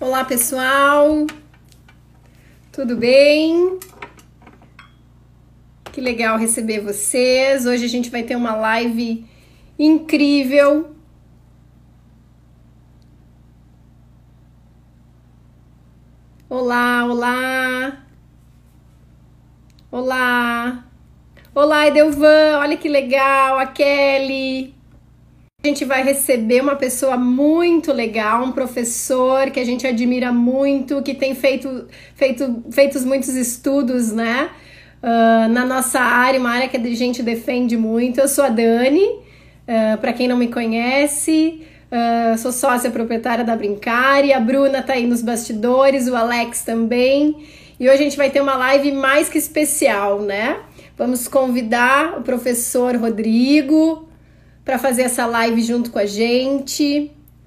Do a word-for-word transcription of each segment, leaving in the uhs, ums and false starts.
Olá, pessoal! Tudo bem? Que legal receber vocês. Hoje a gente vai ter uma live incrível. Olá, olá! Olá! Olá, Edelvan! Olha que legal! A Kelly! A gente vai receber uma pessoa muito legal, um professor que a gente admira muito, que tem feito, feito feitos muitos estudos, né? Uh, na nossa área, uma área que a gente defende muito. Eu sou a Dani, uh, para quem não me conhece, uh, sou sócia proprietária da Brincare, a Bruna tá aí nos bastidores, o Alex também, e hoje a gente vai ter uma live mais que especial, né? Vamos convidar o professor Rodrigo para fazer essa live junto com a gente.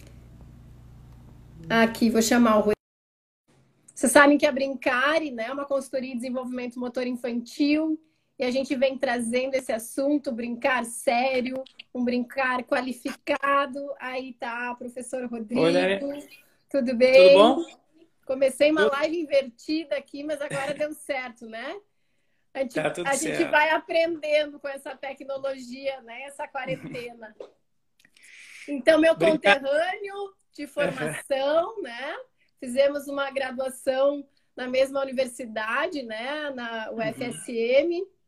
Aqui, vou chamar o Rodrigo. Vocês sabem que a Brincare, né, é uma consultoria de desenvolvimento motor infantil, e a gente vem trazendo esse assunto, brincar sério, um brincar qualificado. Aí tá o professor Rodrigo. Oi, Dani. Tudo bem? Tudo bom? Comecei uma Tudo. live invertida aqui, mas agora deu certo, né? A gente, Tá tudo a certo. gente vai aprendendo com essa tecnologia, né? Essa quarentena. Então, meu conterrâneo de formação, né? Fizemos uma graduação na mesma universidade, né? Na U F S M. Uhum.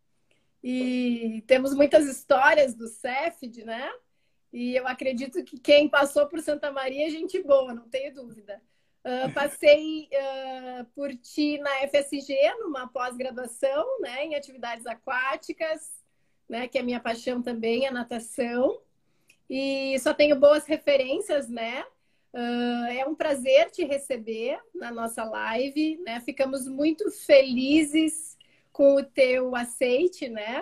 E temos muitas histórias do Cefid, né? E eu acredito que quem passou por Santa Maria é gente boa, não tenho dúvida. Uh, passei uh, por ti na F S G, numa pós-graduação, né, em atividades aquáticas, né, que é a minha paixão também, a natação. E só tenho boas referências, né? Uh, é um prazer te receber na nossa live, né? Ficamos muito felizes com o teu aceite, né?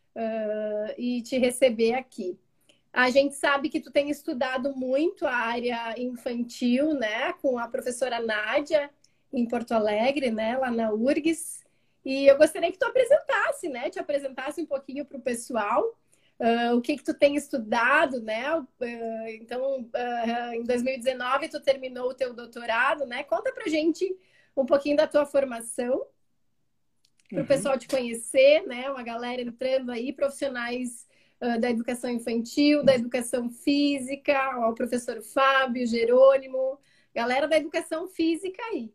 Uh, e te receber aqui. A gente sabe que tu tem estudado muito a área infantil, né? Com a professora Nádia, em Porto Alegre, né? Lá na U R G S. E eu gostaria que tu apresentasse, né? Te apresentasse um pouquinho para o pessoal. Uh, o que que tu tem estudado, né? Uh, então, uh, em dois mil e dezenove, tu terminou o teu doutorado, né? Conta pra gente um pouquinho da tua formação, para o uhum. pessoal te conhecer, né? Uma galera entrando aí, profissionais da educação infantil, da educação física, ó, o professor Fábio, Jerônimo, galera da educação física aí.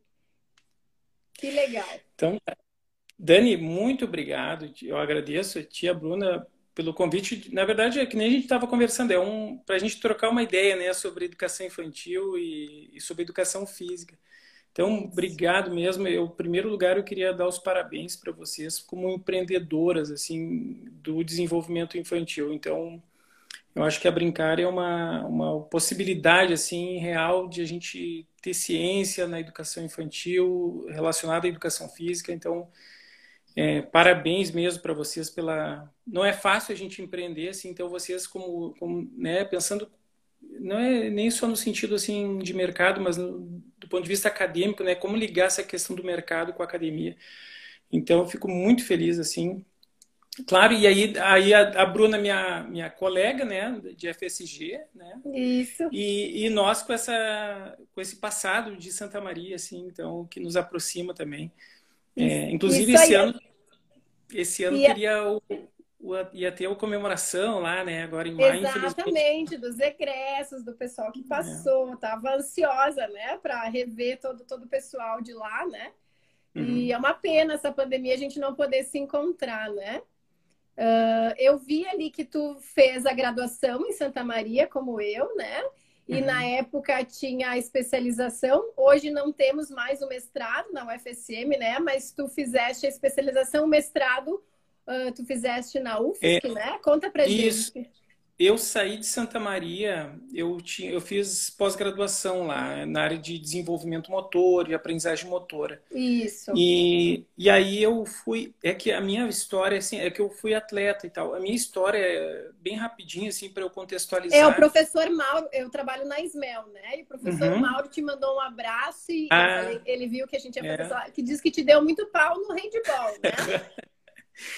Que legal. Então, Dani, muito obrigado. Eu agradeço a tia Bruna pelo convite. Na verdade, é que nem a gente estava conversando, é um para a gente trocar uma ideia, né, sobre educação infantil e, e sobre educação física. Então, obrigado mesmo. Eu, em primeiro lugar, eu queria dar os parabéns para vocês como empreendedoras assim do desenvolvimento infantil. Então, eu acho que a Brincare é uma, uma possibilidade assim real de a gente ter ciência na educação infantil relacionada à educação física. Então, é, parabéns mesmo para vocês pela. Não é fácil a gente empreender assim. Então, vocês como, como né, pensando não é nem só no sentido assim de mercado, mas no, do ponto de vista acadêmico, né? Como ligar essa questão do mercado com a academia. Então, eu fico muito feliz, assim. Claro, e aí, aí a, a Bruna, minha, minha colega, né? De F S G, né? Isso. E, e nós com, essa, com esse passado de Santa Maria, assim, então, que nos aproxima também. É, inclusive, Isso esse aí. ano, esse ano E teria o... ia ter a comemoração lá, né? Agora em maio, exatamente, dos egressos, do pessoal que passou. É. Tava ansiosa, né? Para rever todo, todo o pessoal de lá, né? Uhum. E é uma pena essa pandemia a gente não poder se encontrar, né? Uh, eu vi ali que tu fez a graduação em Santa Maria, como eu, né? E uhum. na época tinha a especialização. Hoje não temos mais o mestrado na U F S M, né? Mas tu fizeste a especialização, o mestrado Uh, tu fizeste na U F S C, é, né? Conta pra isso. gente. Eu saí de Santa Maria, eu, tinha, eu fiz pós-graduação lá, na área de desenvolvimento motor e aprendizagem motora. Isso. E, e aí eu fui... É que a minha história, assim, é que eu fui atleta e tal. A minha história é bem rapidinho, assim, para eu contextualizar. É, o professor Mauro, eu trabalho na Ismel, né? E o professor uhum. Mauro te mandou um abraço e ah, falei, ele viu que a gente ia fazer é. essa... que diz que te deu muito pau no handball, né?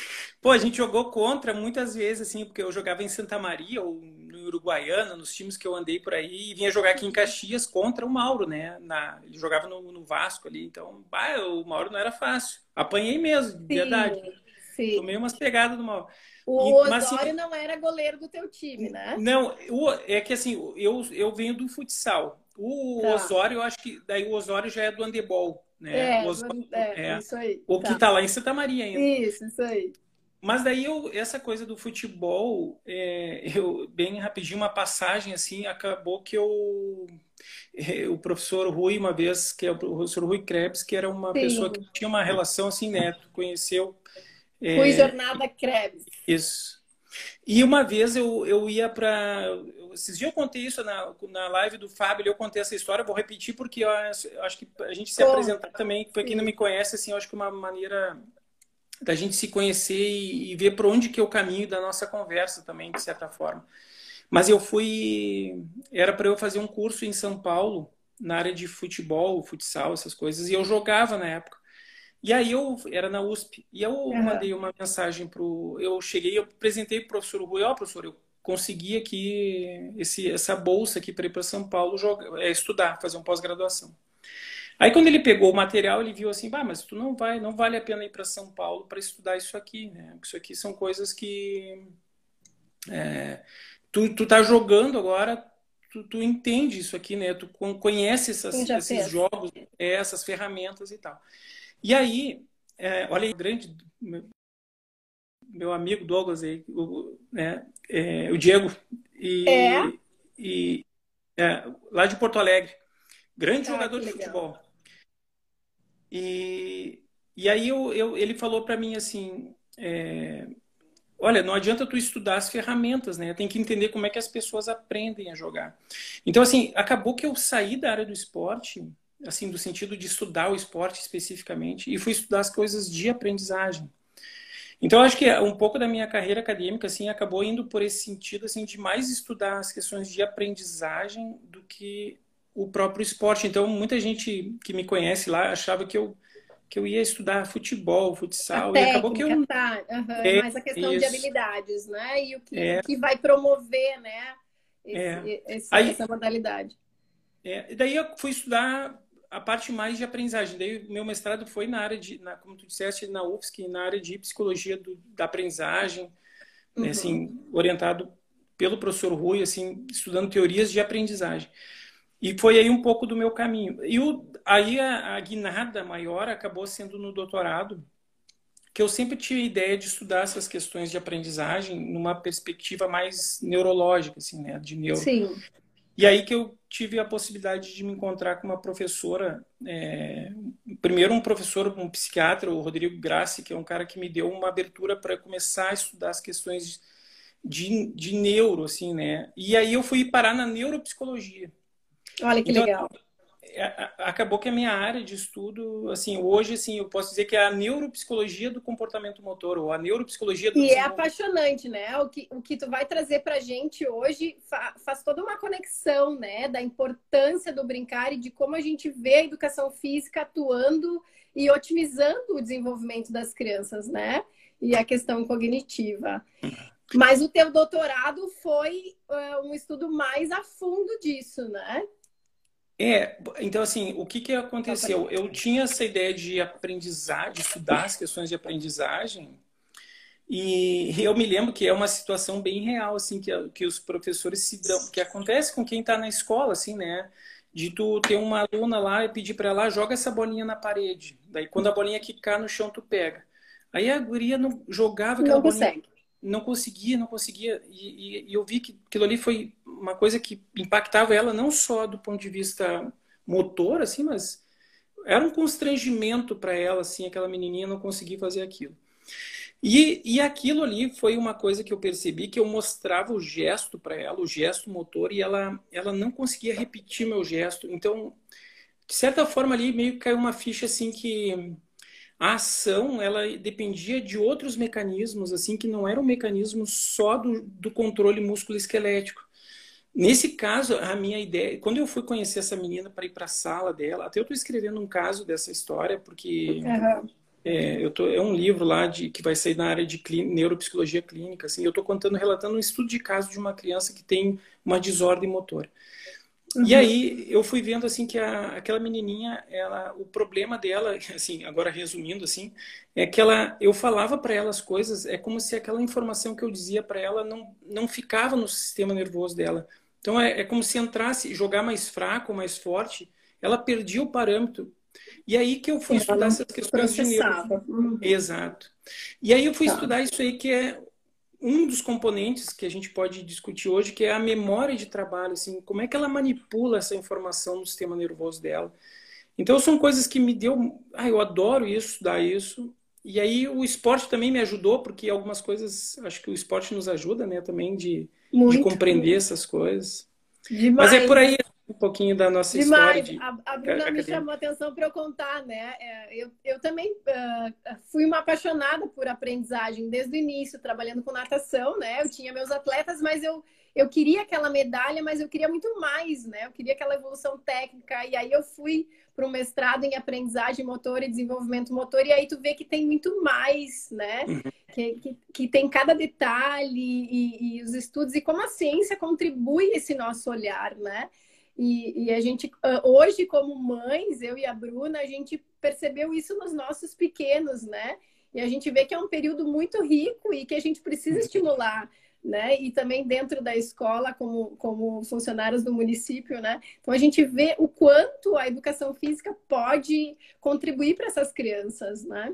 Pô, a gente jogou contra muitas vezes, assim, porque eu jogava em Santa Maria ou no Uruguaiana, nos times que eu andei por aí, e vinha jogar aqui em Caxias contra o Mauro, né? Na, ele jogava no, no Vasco ali, então, bah, o Mauro não era fácil. Apanhei mesmo, de verdade. Sim, sim. Tomei umas pegadas do Mauro. O E, mas, assim, Osório não era goleiro do teu time, né? não, o- é que assim, eu, eu venho do futsal. O Tá. Osório, eu acho que daí o Osório já é do handebol, né? O É, Osório é, é isso aí. o que Tá. tá lá em Santa Maria ainda. Isso, isso aí. Mas daí eu, essa coisa do futebol, é, eu bem rapidinho uma passagem assim, acabou que eu é, o professor Rui uma vez, que é o professor Rui Krebs, que era uma pessoa que Sim. tinha uma relação assim, né? Tu conheceu Rui Jornada Krebs. isso. E uma vez eu, eu ia para. Esses dias eu contei isso na, na live do Fábio, eu contei essa história, vou repetir porque eu acho, eu acho que a gente se apresentar Conta. também, para quem não Sim. me conhece, assim, eu acho que uma maneira da gente se conhecer e, e ver por onde que é o caminho da nossa conversa também, de certa forma. Mas eu fui. Era para eu fazer um curso em São Paulo, na área de futebol, futsal, essas coisas, e eu jogava na época. E aí eu era na U S P e eu Aham. mandei uma mensagem pro, eu cheguei, eu apresentei pro professor Rui, ó, professor, eu consegui aqui esse essa bolsa aqui para ir para São Paulo jogar, é, estudar, fazer uma pós-graduação. Aí quando ele pegou o material, ele viu assim, bah, mas tu não vai, não vale a pena ir para São Paulo para estudar isso aqui, né? Porque isso aqui são coisas que é, tu tu tá jogando agora, tu, tu entende isso aqui, né? Tu conhece Quem essas, já esses fez? jogos, é, essas ferramentas e tal. E aí, é, olha aí, grande, meu, meu amigo Douglas aí, o, né, é, o Diego, É? e, e é, lá de Porto Alegre, grande Ah, jogador que de legal. futebol. E, e aí eu, eu, ele falou para mim assim, é, olha, não adianta tu estudar as ferramentas, né? Tem que entender como é que as pessoas aprendem a jogar. Então, assim, acabou que eu saí da área do esporte, assim, do sentido de estudar o esporte especificamente, e fui estudar as coisas de aprendizagem. Então, acho que um pouco da minha carreira acadêmica, assim, acabou indo por esse sentido, assim, de mais estudar as questões de aprendizagem do que o próprio esporte. Então, muita gente que me conhece lá achava que eu, que eu ia estudar futebol, A futsal, e acabou que técnica, eu... tá? Aham. É É mais a questão de isso, habilidades, né? E o que, o é, que vai promover, né? é. Esse, esse, Aí, essa modalidade. é, daí eu fui estudar a parte mais de aprendizagem. Daí meu mestrado foi na área de, na, como tu disseste, na U F S C, na área de psicologia do, da aprendizagem, né, Uhum. assim, orientado pelo professor Rui, assim, estudando teorias de aprendizagem. E foi aí um pouco do meu caminho. E o, aí a, a guinada maior acabou sendo no doutorado, que eu sempre tinha a ideia de estudar essas questões de aprendizagem numa perspectiva mais neurológica, assim, né, de neuro. Sim. E aí que eu tive a possibilidade de me encontrar com uma professora, é, primeiro um professor, um psiquiatra, o Rodrigo Grassi, que é um cara que me deu uma abertura para começar a estudar as questões de, de neuro, assim, né? E aí eu fui parar na neuropsicologia. Olha que Então, legal. acabou que a minha área de estudo, assim, hoje, assim, eu posso dizer que é a neuropsicologia do comportamento motor, ou a neuropsicologia do E é desenvolvimento. apaixonante, né? O que, o que tu vai trazer pra gente hoje fa faz toda uma conexão, né? Da importância do brincar e de como a gente vê a educação física atuando e otimizando o desenvolvimento das crianças, né? E a questão cognitiva. Mas o teu doutorado foi uh, um estudo mais a fundo disso, né? É, então assim, o que que aconteceu? Eu tinha essa ideia de aprendizagem, de estudar as questões de aprendizagem, e eu me lembro que é uma situação bem real, assim, que, que os professores se dão, que acontece com quem está na escola, assim, né? De tu ter uma aluna lá e pedir para ela, joga essa bolinha na parede. Daí quando a bolinha quicar no chão, tu pega. Aí a guria não jogava aquela Não bolinha, consegue. não conseguia, não conseguia. E, e, e eu vi que aquilo ali foi uma coisa que impactava ela não só do ponto de vista motor, assim, mas era um constrangimento para ela, assim, aquela menininha não conseguir fazer aquilo. E, e aquilo ali foi uma coisa que eu percebi, que eu mostrava o gesto para ela, o gesto motor, e ela, ela não conseguia repetir meu gesto. Então, de certa forma ali meio que caiu uma ficha assim que a ação ela dependia de outros mecanismos, assim, que não eram mecanismos só do, do controle músculo-esquelético. Nesse caso, a minha ideia, quando eu fui conhecer essa menina para ir para a sala dela, até eu estou escrevendo um caso dessa história, porque Uhum. é, eu tô, é um livro lá de, que vai sair na área de clí- neuropsicologia clínica, assim, eu estou contando, relatando um estudo de caso de uma criança que tem uma desordem motora. E Uhum. aí eu fui vendo assim que a, aquela menininha, ela, o problema dela, assim, agora resumindo assim, é que ela, eu falava para ela as coisas, é como se aquela informação que eu dizia para ela não, não ficava no sistema nervoso dela. Então é, é como se entrasse, jogar mais fraco, mais forte, ela perdia o parâmetro. E aí que eu fui Ela estudar não essas questões de neuro. processava. Uhum. Exato. E aí eu fui Tá. estudar isso aí que é um dos componentes que a gente pode discutir hoje, que é a memória de trabalho, assim, como é que ela manipula essa informação no sistema nervoso dela. Então são coisas que me deu, ah, eu adoro isso, estudar isso. E aí o esporte também me ajudou, porque algumas coisas, acho que o esporte nos ajuda, né, também de, de Muito. compreender essas coisas. Mas é por Demais. aí um pouquinho da nossa história Demais. de A, a Bruna me acadêmica. chamou a atenção para eu contar, né? É, eu, eu também uh, fui uma apaixonada por aprendizagem desde o início, trabalhando com natação, né? Eu tinha meus atletas, mas eu, eu queria aquela medalha, mas eu queria muito mais, né? Eu queria aquela evolução técnica. E aí eu fui para um mestrado em aprendizagem motor e desenvolvimento motor, e aí tu vê que tem muito mais, né? Que, que, que tem cada detalhe e, e os estudos, e como a ciência contribui esse nosso olhar, né? E, e a gente, hoje, como mães, eu e a Bruna, a gente percebeu isso nos nossos pequenos, né? E a gente vê que é um período muito rico e que a gente precisa estimular, né? E também dentro da escola, como, como funcionários do município, né? Então a gente vê o quanto a educação física pode contribuir para essas crianças, né?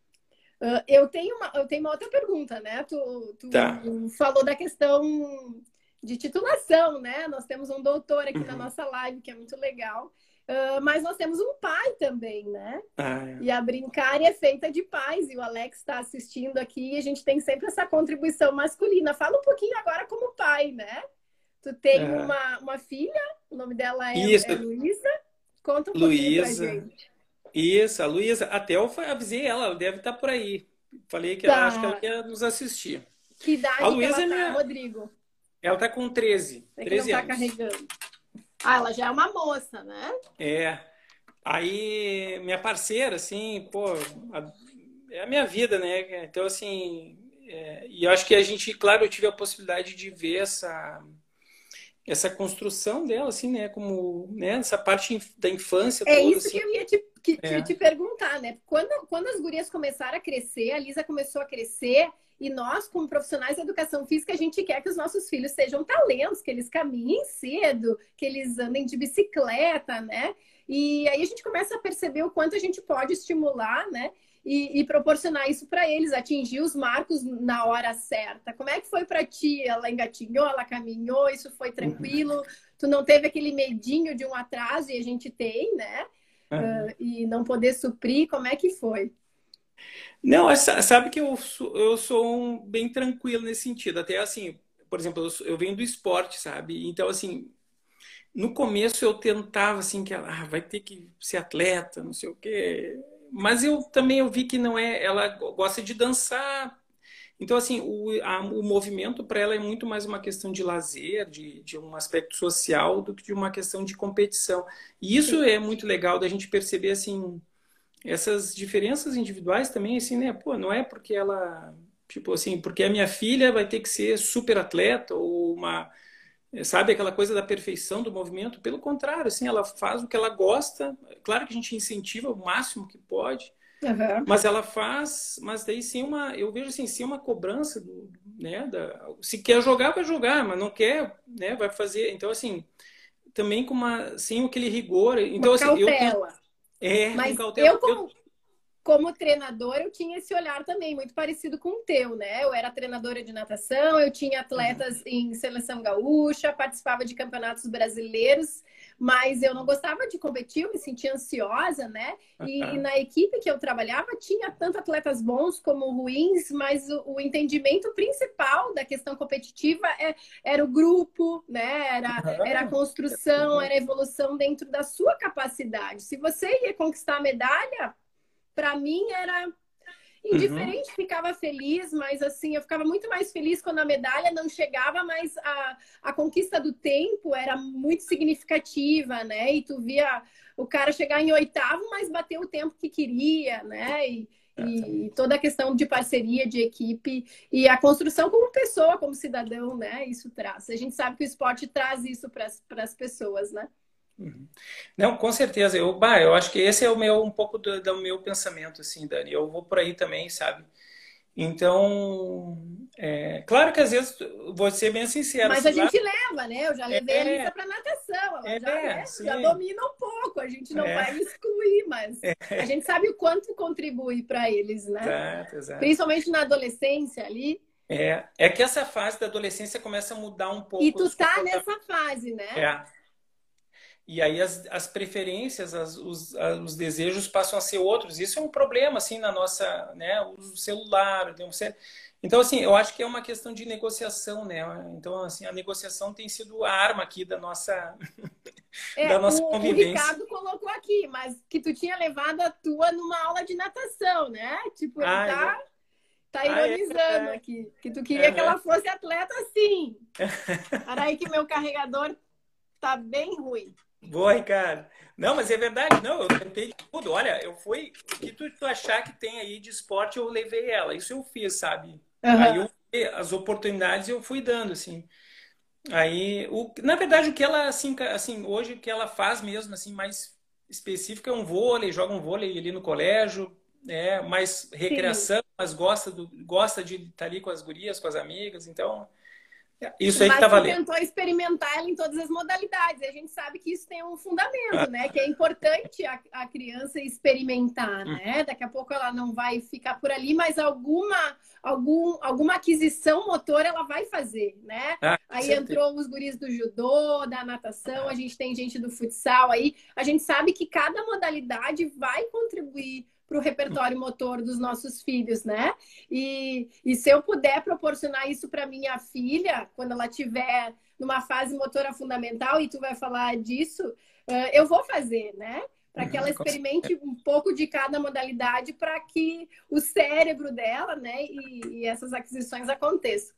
Uh, eu tenho uma, eu tenho uma outra pergunta, né? Tu, Tá. tu falou da questão de titulação, né? Nós temos um doutor aqui na Uhum. nossa live, que é muito legal. Uh, mas nós temos um pai também, né? Ah, é. E a Brincar é feita de pais, e o Alex está assistindo aqui, e a gente tem sempre essa contribuição masculina. Fala um pouquinho agora como pai, né? Tu tem Aham. uma, uma filha, o nome dela é, Isso, é Luísa. Conta um pouquinho pra Luísa. gente. Isso, a Luísa, até eu fa- avisei ela, ela deve estar por aí. Falei que ela acho que ela Tá. ia nos assistir. Que A idade que ela Luísa é tá, minha. Rodrigo? Ela tá com treze, É que não treze tá anos. carregando. Ah, ela já é uma moça, né? É. Aí, minha parceira, assim, pô, a- é a minha vida, né? Então, assim, é, e eu acho que a gente, claro, eu tive a possibilidade de ver essa, essa construção dela, assim, né? Como, né? Essa parte inf- da infância É toda, isso que assim. eu ia te, que- te, É. te perguntar, né? Quando, quando as gurias começaram a crescer, a Lisa começou a crescer, e nós, como profissionais da educação física, a gente quer que os nossos filhos sejam talentos, que eles caminhem cedo, que eles andem de bicicleta, né? E aí a gente começa a perceber o quanto a gente pode estimular, né? E, e proporcionar isso para eles, atingir os marcos na hora certa. Como é que foi para ti? Ela engatinhou, ela caminhou, isso foi tranquilo? Tu não teve aquele medinho de um atraso, e a gente tem, né? Aham. Uh, e não poder suprir, como é que foi? Não, essa- sabe que eu sou, eu sou um, bem tranquilo nesse sentido. Até assim, por exemplo, eu, sou- eu venho do esporte, sabe? Então, assim, no começo eu tentava, assim, que ela ah, vai ter que ser atleta, não sei o quê. Mas eu também eu vi que não é. Ela gosta de dançar. Então, assim, o, a- o movimento para ela é muito mais uma questão de lazer, de, de um aspecto social, do que de uma questão de competição. E isso Sim. é muito legal da gente perceber, assim essas diferenças individuais também, assim, né? Pô, não é porque ela, tipo assim, porque a minha filha vai ter que ser super atleta ou uma, sabe, aquela coisa da perfeição do movimento. Pelo contrário, assim, ela faz o que ela gosta. Claro que a gente incentiva o máximo que pode, Uhum. mas ela faz, mas daí sim uma, eu vejo assim, sim uma cobrança do, né, da, se quer jogar, vai jogar, mas não quer, né, vai fazer. Então, assim, também com uma, sem aquele rigor. Uma Então, assim, eu tento, cautela. é, com Mas cautela. eu, Eu, como, como treinadora, eu tinha esse olhar também, muito parecido com o teu, né? Eu era treinadora de natação, eu tinha atletas em seleção gaúcha, participava de campeonatos brasileiros, mas eu não gostava de competir, eu me sentia ansiosa, né? E, e na equipe que eu trabalhava, tinha tanto atletas bons como ruins, mas o, o entendimento principal da questão competitiva é, era o grupo, né? Era, era a construção, era a evolução dentro da sua capacidade. Se você ia conquistar a medalha, para mim era Uhum. indiferente, ficava feliz, mas assim, eu ficava muito mais feliz quando a medalha não chegava, mas a, a conquista do tempo era muito significativa, né? E tu via o cara chegar em oitavo, mas bater o tempo que queria, né? E, E toda a questão de parceria, de equipe e a construção como pessoa, como cidadão, né? Isso traz. A gente sabe que o esporte traz isso para as pessoas, né? Não, com certeza. Eu, bah, eu acho que esse é o meu, um pouco do, do meu pensamento, assim, Dani. Eu vou por aí também, sabe? Então, é, claro que às vezes, vou ser bem sincero. Mas assim, a gente lá... leva, né? Eu já levei é, a Lisa para natação, ela é, já, né? já domina um pouco, a gente não é. vai excluir, mas é. a gente sabe o quanto contribui para eles, né? Exato, exato. Principalmente na adolescência ali. É, é que essa fase da adolescência começa a mudar um pouco. E tu tá nessa fase, né? É. E aí as, as preferências, as, os, os desejos passam a ser outros. Isso é um problema, assim, na nossa, né, o celular. Então, assim, eu acho que é uma questão de negociação, né? Então, assim, a negociação tem sido a arma aqui da nossa, é, da nossa o, convivência. O Ricardo colocou aqui, mas que tu tinha levado a tua numa aula de natação, né? Tipo, ele ah, tá, é. tá ironizando ah, é. aqui. Que tu queria uhum. que ela fosse atleta assim. Para aí que meu carregador tá bem ruim. Boa, Ricardo. Não, mas é verdade. Não, eu tentei tudo. Olha, eu fui... O que tu, tu achar que tem aí de esporte, eu levei ela. Isso eu fiz, sabe? Uhum. Aí eu, as oportunidades eu fui dando, assim. Aí, o, na verdade, o que ela, assim, assim, hoje, o que ela faz mesmo, assim, mais específico é um vôlei, joga um vôlei ali no colégio, é mais recreação, Sim. mas gosta, do, gosta de estar ali com as gurias, com as amigas, então... Isso aí Mas que tá valendo. tentou experimentar ela em todas as modalidades. E a gente sabe que isso tem um fundamento, ah. né? Que é importante a, a criança experimentar, hum. né? Daqui a pouco ela não vai ficar por ali, mas alguma, algum, alguma aquisição motor ela vai fazer, né? Ah, aí certeza. Entrou os guris do judô, da natação, ah. a gente tem gente do futsal aí. A gente sabe que cada modalidade vai contribuir para o repertório motor dos nossos filhos, né? E, e se eu puder proporcionar isso para minha filha, quando ela tiver numa fase motora fundamental, e tu vai falar disso, uh, eu vou fazer, né? Para que ela experimente um pouco de cada modalidade para que o cérebro dela, né? E, e essas aquisições aconteçam.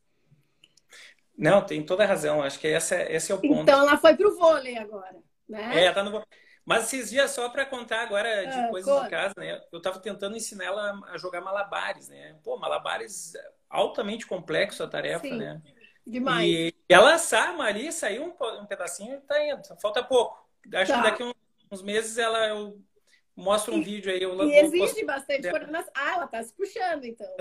Não, tem toda a razão. Acho que esse é, esse é o ponto. Então, ela foi para o vôlei agora, né? É, tá no... Mas esses dias, só para contar agora de ah, coisas conta. de casa, né? Eu estava tentando ensinar ela a jogar malabares, né? Pô, malabares, altamente complexo a tarefa, Sim, né? Demais. E ela sabe, ali saiu um, um pedacinho e tá indo. Falta pouco. Acho tá. que daqui uns, uns meses ela eu mostro um e, vídeo aí. Eu e exige bastante coordenação. Ah, ela tá se puxando, então.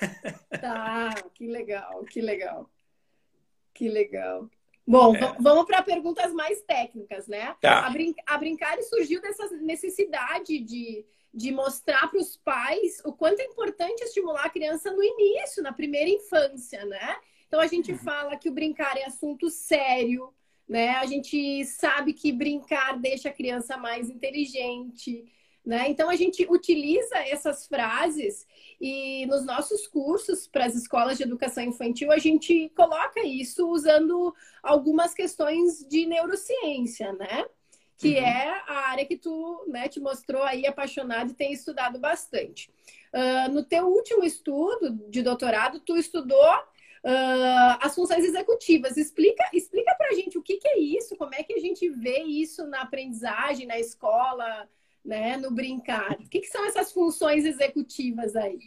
Tá, que legal, que legal. Que legal. Bom, é. vamos para perguntas mais técnicas, né? Tá. A, brin a Brincare surgiu dessa necessidade de, de mostrar para os pais o quanto é importante estimular a criança no início, na primeira infância, né? Então, a gente uhum. fala que o brincar é assunto sério, né? A gente sabe que brincar deixa a criança mais inteligente, né? Então, a gente utiliza essas frases e nos nossos cursos para as escolas de educação infantil, a gente coloca isso usando algumas questões de neurociência, né? Que uhum. é a área que tu, né, te mostrou aí apaixonado e tem estudado bastante. Uh, no teu último estudo de doutorado, tu estudou uh, as funções executivas. Explica, explica para a gente o que, que é isso, como é que a gente vê isso na aprendizagem, na escola, né, no brincar. O que, que são essas funções executivas aí?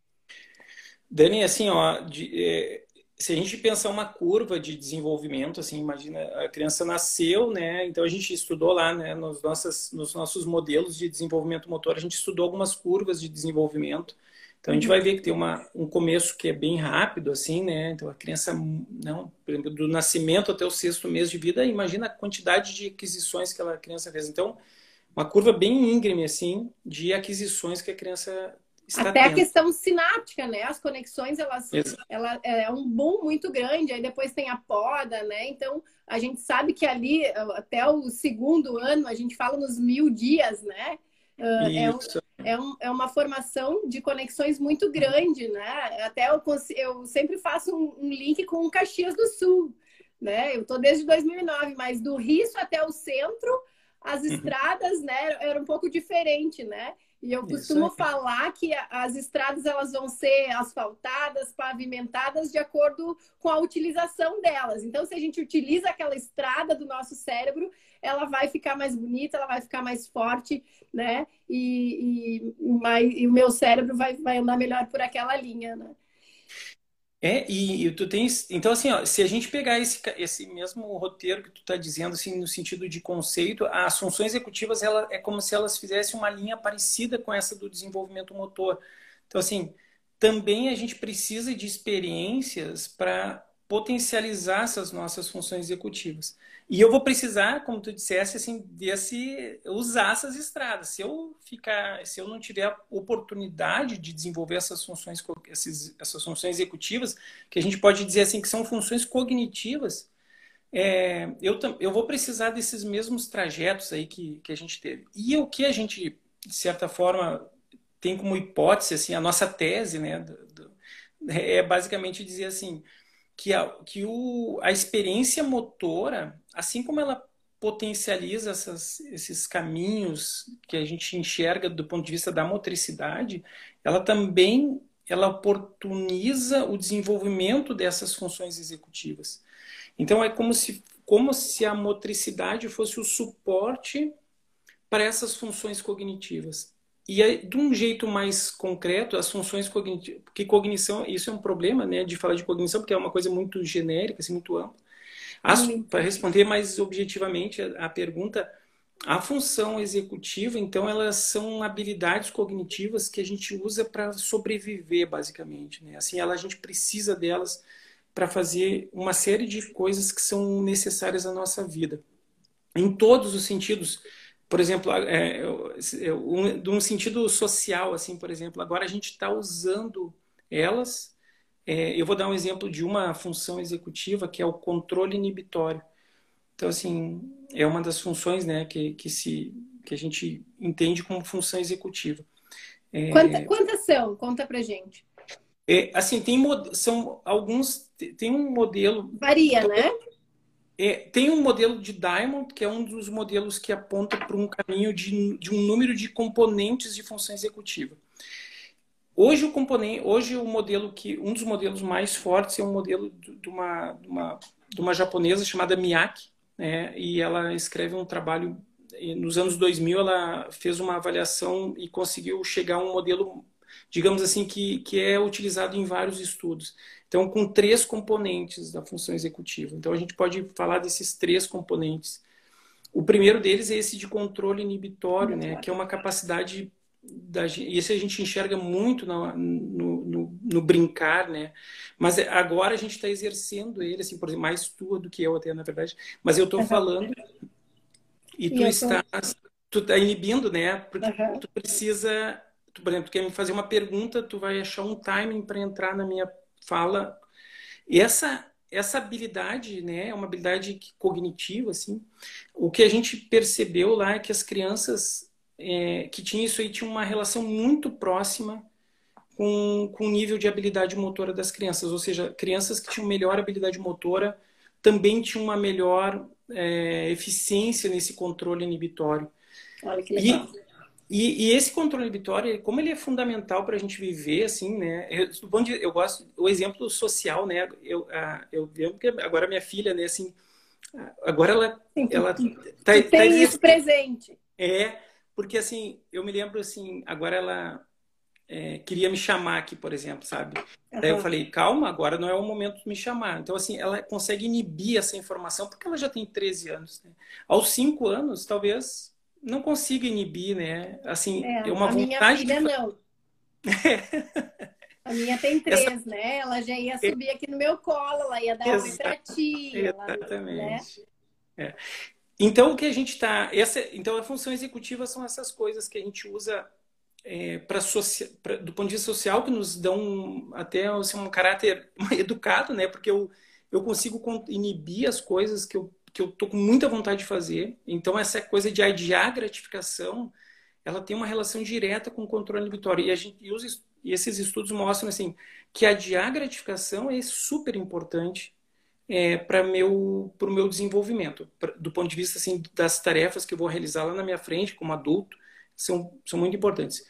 Dani, assim, ó, de, é, se a gente pensar uma curva de desenvolvimento, assim, imagina, a criança nasceu, né, então a gente estudou lá, né, nos, nossas, nos nossos modelos de desenvolvimento motor, a gente estudou algumas curvas de desenvolvimento. Então a gente vai ver que tem uma, um começo que é bem rápido, assim, né, então a criança, não, por exemplo, do nascimento até o sexto mês de vida, imagina a quantidade de aquisições que a criança fez. Então, uma curva bem íngreme, assim, de aquisições que a criança está Até tendo. A questão sináptica, né? As conexões, elas, ela é um boom muito grande, aí depois tem a poda, né? Então, a gente sabe que ali, até o segundo ano, a gente fala nos mil dias, né? Isso. É, um, é, um, é uma formação de conexões muito grande, né? Até eu, eu sempre faço um, um link com o Caxias do Sul, né? Eu tô desde dois mil e nove, mas do Risso até o centro, as estradas, né, eram um pouco diferente, né? E eu Isso costumo aí. falar que as estradas elas vão ser asfaltadas, pavimentadas de acordo com a utilização delas. Então, se a gente utiliza aquela estrada do nosso cérebro, ela vai ficar mais bonita, ela vai ficar mais forte, né? E, e, mais, e o meu cérebro vai, vai andar melhor por aquela linha, né? É, e, e tu tens. Então, assim, ó, se a gente pegar esse, ca- esse mesmo roteiro que tu está dizendo, assim, no sentido de conceito, as funções executivas ela, é como se elas fizessem uma linha parecida com essa do desenvolvimento motor. Então, assim, também a gente precisa de experiências para potencializar essas nossas funções executivas. E eu vou precisar, como tu dissesse, assim, desse, usar essas estradas. Se eu ficar, se eu não tiver a oportunidade de desenvolver essas funções, co- esses, essas funções executivas, que a gente pode dizer assim que são funções cognitivas, é, eu, tam- eu vou precisar desses mesmos trajetos aí que, que a gente teve. E o que a gente, de certa forma, tem como hipótese, assim, a nossa tese, né, do- do- é basicamente dizer assim, que a, que o, a experiência motora, assim como ela potencializa essas, esses caminhos que a gente enxerga do ponto de vista da motricidade, ela também ela oportuniza o desenvolvimento dessas funções executivas. Então é como se, como se a motricidade fosse o suporte para essas funções cognitivas. E aí, de um jeito mais concreto, as funções cognitivas, porque cognição, isso é um problema, né, de falar de cognição, porque é uma coisa muito genérica, assim, muito ampla. Para Muito. responder mais objetivamente a, a pergunta, a função executiva, então, elas são habilidades cognitivas que a gente usa para sobreviver, basicamente, né? Assim, ela, a gente precisa delas para fazer uma série de coisas que são necessárias à nossa vida em todos os sentidos. Por exemplo, é, é, um, de um sentido social, assim, por exemplo, agora a gente está usando elas. É, eu vou dar um exemplo de uma função executiva que é o controle inibitório. Então, assim, é uma das funções, né, que, que, se, que a gente entende como função executiva. Quanta, É, quantas são? Conta pra gente. é, assim, tem são alguns, tem um modelo. Varia, né? É, tem um modelo de Diamond, que é um dos modelos que aponta para um caminho de, de um número de componentes de função executiva. Hoje o componente, hoje o modelo que um dos modelos mais fortes é um modelo de uma, de uma, de uma japonesa chamada Miyake, né? E ela escreve um trabalho nos anos dois mil, ela fez uma avaliação e conseguiu chegar a um modelo, digamos assim, que, que é utilizado em vários estudos. Então, com três componentes da função executiva. Então, a gente pode falar desses três componentes. O primeiro deles é esse de controle inibitório, né, que é uma capacidade da, e esse a gente enxerga muito no, no, no, no brincar, né? Mas agora a gente está exercendo ele, assim, por exemplo, mais tu do que eu até, na verdade. Mas eu estou Uhum. falando e E tu eu tô. estás, tu está inibindo, né? Porque Uhum. tu precisa, tu, por exemplo, tu quer me fazer uma pergunta, tu vai achar um timing para entrar na minha fala. E essa essa habilidade, né, é uma habilidade cognitiva, assim. O que a gente percebeu lá é que as crianças é, que tinham isso aí tinham uma relação muito próxima com, com o nível de habilidade motora das crianças. Ou seja, crianças que tinham melhor habilidade motora também tinham uma melhor é, eficiência nesse controle inibitório. Olha que legal. E, e, e esse controle inibitório, como ele é fundamental para a gente viver, assim, né? Eu, do ponto de- eu gosto o exemplo social, né? Eu, a, eu vejo que agora minha filha, né? Assim, agora ela, Sim, tu, ela tu, tá, tu tá tem isso exercendo. presente. É, porque assim, eu me lembro assim, agora ela é, queria me chamar aqui, por exemplo, sabe? Daí eu Uhum. falei, calma, agora não é o momento de me chamar. Então, assim, ela consegue inibir essa informação porque ela já tem treze anos, né? Aos cinco anos, talvez não consiga inibir, né? Assim, É, é uma a minha vontade de filha fazer. não. A minha tem Essa, três, né? Ela já ia é, subir aqui no meu colo, ela ia dar oi exa- pra ti, ela, né? exatamente. É. Então, o que a gente está. Essa, então, a função executiva são essas coisas que a gente usa é, para do ponto de vista social, que nos dão até assim, um caráter educado, né? Porque eu, eu consigo inibir as coisas que eu, que eu tô com muita vontade de fazer. Então, essa coisa de adiar gratificação, ela tem uma relação direta com o controle inibitório. E, a gente, e, os, e esses estudos mostram assim, que adiar gratificação é super importante é, para meu para o meu desenvolvimento, pra, do ponto de vista assim das tarefas que eu vou realizar lá na minha frente como adulto, são são muito importantes.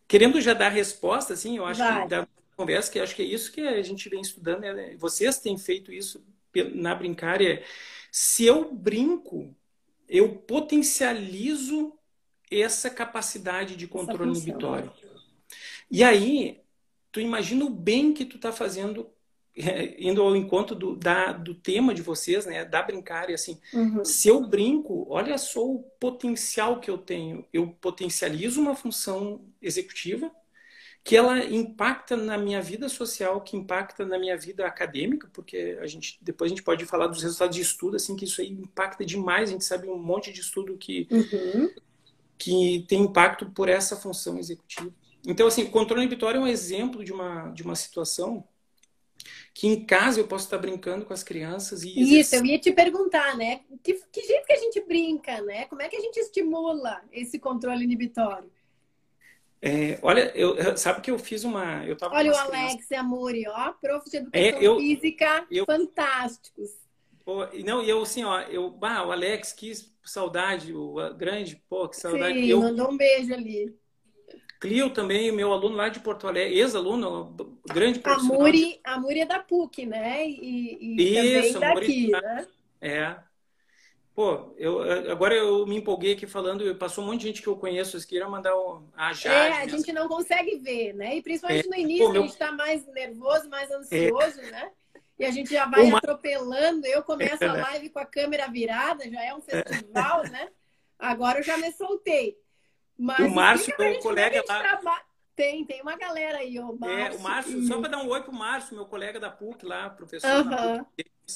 querendo já dar resposta, assim, eu acho Vai. que da conversa, que acho que é isso que a gente vem estudando, né? Vocês têm feito isso na Brincária. Se eu brinco, eu potencializo essa capacidade de Essa controle função. inibitório. E aí, tu imagina o bem que tu tá fazendo, é, indo ao encontro do, da, do tema de vocês, né, da Brincária, assim, Uhum. se eu brinco, olha só o potencial que eu tenho. Eu potencializo uma função executiva que ela impacta na minha vida social, que impacta na minha vida acadêmica, porque a gente, depois a gente pode falar dos resultados de estudo, assim, que isso aí impacta demais, a gente sabe um monte de estudo que, Uhum. que tem impacto por essa função executiva. Então, assim, o controle inibitório é um exemplo de uma, de uma situação que em casa eu posso estar brincando com as crianças e Isso, eu exercer. ia te perguntar, né? Que, que jeito que a gente brinca, né? Como é que a gente estimula esse controle inibitório? É, olha, eu, sabe que eu fiz uma. Eu estava com Olha o umas crianças. Alex e a Muri, ó, prof de É, educação eu, física, eu, fantásticos. pô, e não, e eu assim, ó, eu, bah, o Alex, que saudade, o a grande, pô, que saudade. Sim, Eu, mandou um beijo ali. Clio também, meu aluno lá de Porto Alegre, ex-aluno, grande A profissional de. Muri, a Muri é da P U C, né? E, e também Isso, daqui, Maurício. né? É. Pô, eu, agora eu me empolguei aqui falando, passou um monte de gente que eu conheço, eles queriam mandar o, a É, Jade, a minha. gente não consegue ver, né? E É, principalmente no pô, início, que a meu, gente está mais nervoso, mais é, ansioso, né? E a gente já o vai Mar, atropelando. Eu começo é, a né? live com a câmera virada, já é um festival, né? Agora eu já me soltei. O Mas Márcio, explica pra meu gente como é que a colega gente lá, trabalha. Tem, tem uma galera aí, o é, o Márcio Márcio, só e. para dar um oi pro Márcio, meu colega da P U C lá, professor na P U C. Aham.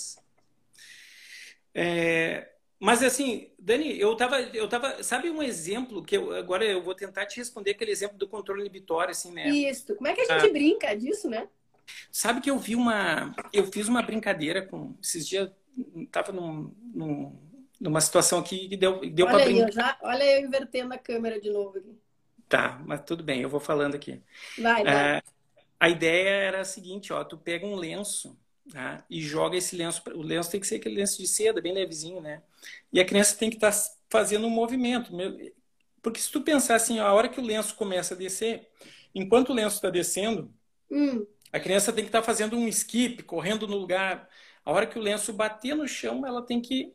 É, mas assim, Dani, eu tava, eu tava, sabe um exemplo que eu, agora eu vou tentar te responder aquele exemplo do controle inibitório, assim, né? Isso. Como é que a Ah, gente brinca disso, né? sabe que eu vi uma, eu fiz uma brincadeira com esses dias, tava num, num, numa situação aqui que deu, deu para Olha aí, eu brincar. já, olha eu invertendo a câmera de novo aqui. Tá, mas tudo bem, eu vou falando aqui. Vai, vai. Ah, a ideia era a seguinte, ó, tu pega um lenço, tá, e joga esse lenço, o lenço tem que ser aquele lenço de seda, bem levezinho, né? E a criança tem que estar fazendo um movimento, porque se tu pensar assim, ó, a hora que o lenço começa a descer, enquanto o lenço está descendo, Hum. a criança tem que estar fazendo um skip, correndo no lugar. A hora que o lenço bater no chão, ela tem que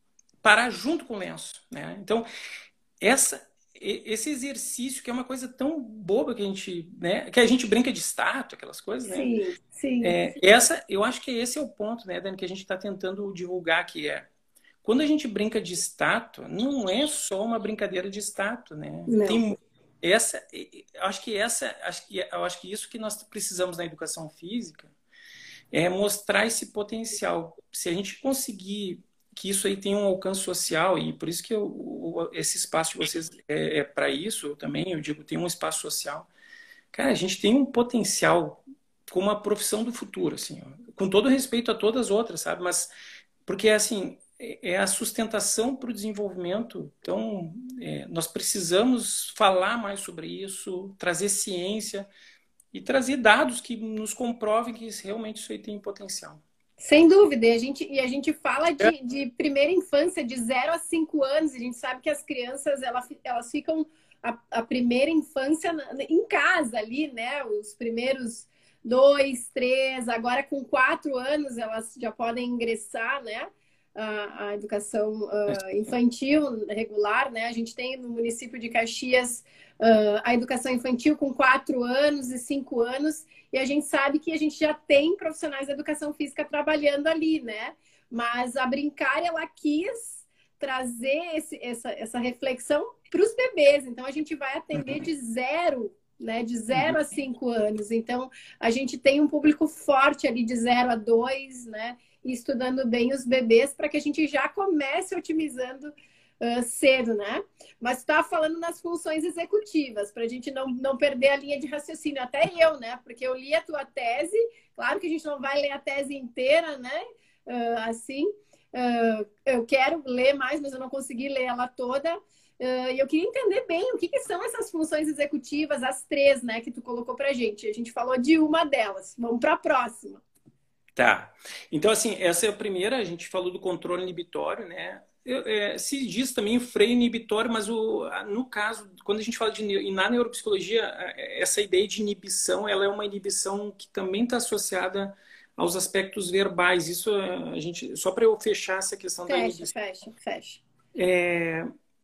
parar junto com o lenço, né? Então, essa esse exercício que é uma coisa tão boba que a gente, né, que a gente brinca de estátua, aquelas coisas, né? Sim, sim. É, essa, eu acho que esse é o ponto, né, Dani, que a gente está tentando divulgar, que é quando a gente brinca de estátua, não é só uma brincadeira de estátua, né? Não. Tem essa, eu acho que essa, acho que eu acho que isso que nós precisamos na educação física é mostrar esse potencial. Se a gente conseguir que isso aí tenha um alcance social, e por isso que eu, esse espaço de vocês é, é para isso, eu também, eu digo, tem um espaço social. Cara, a gente tem um potencial com uma profissão do futuro, assim, ó, com todo respeito a todas as outras, sabe? Mas, porque, assim, é a sustentação para o desenvolvimento. Então, é, nós precisamos falar mais sobre isso, trazer ciência e trazer dados que nos comprovem que realmente isso aí tem potencial. Sem dúvida. E a gente, e a gente fala de, de primeira infância, de zero a cinco anos. A gente sabe que as crianças elas, elas ficam a, a primeira infância em casa ali, né? Os primeiros dois, três, agora com quatro anos elas já podem ingressar, né? A, a educação uh, infantil regular, né? A gente tem no município de Caxias uh, a educação infantil com quatro anos e cinco anos, e a gente sabe que a gente já tem profissionais da educação física trabalhando ali, né? Mas a Brincária, ela quis trazer esse, essa, essa reflexão para os bebês, então a gente vai atender de zero, né? De zero a cinco anos, então a gente tem um público forte ali de zero a dois, né? E estudando bem os bebês para que a gente já comece otimizando uh, cedo, né? Mas tu estava falando nas funções executivas, para a gente não, não perder a linha de raciocínio. Até eu, né? Porque eu li a tua tese, claro que a gente não vai ler a tese inteira, né? Uh, assim, uh, eu quero ler mais, mas eu não consegui ler ela toda. Uh, e eu queria entender bem o que, que são essas funções executivas, as três, né? Que tu colocou para a gente. A gente falou de uma delas. Vamos para a próxima. Tá. Então, assim, essa é a primeira, a gente falou do controle inibitório, né? eu, é, se diz também freio inibitório, mas o, no caso, quando a gente fala de e na neuropsicologia, essa ideia de inibição, ela é uma inibição que também está associada aos aspectos verbais. Isso a gente, só para eu fechar essa questão fecha, da inibição. Fecha, fecha, é,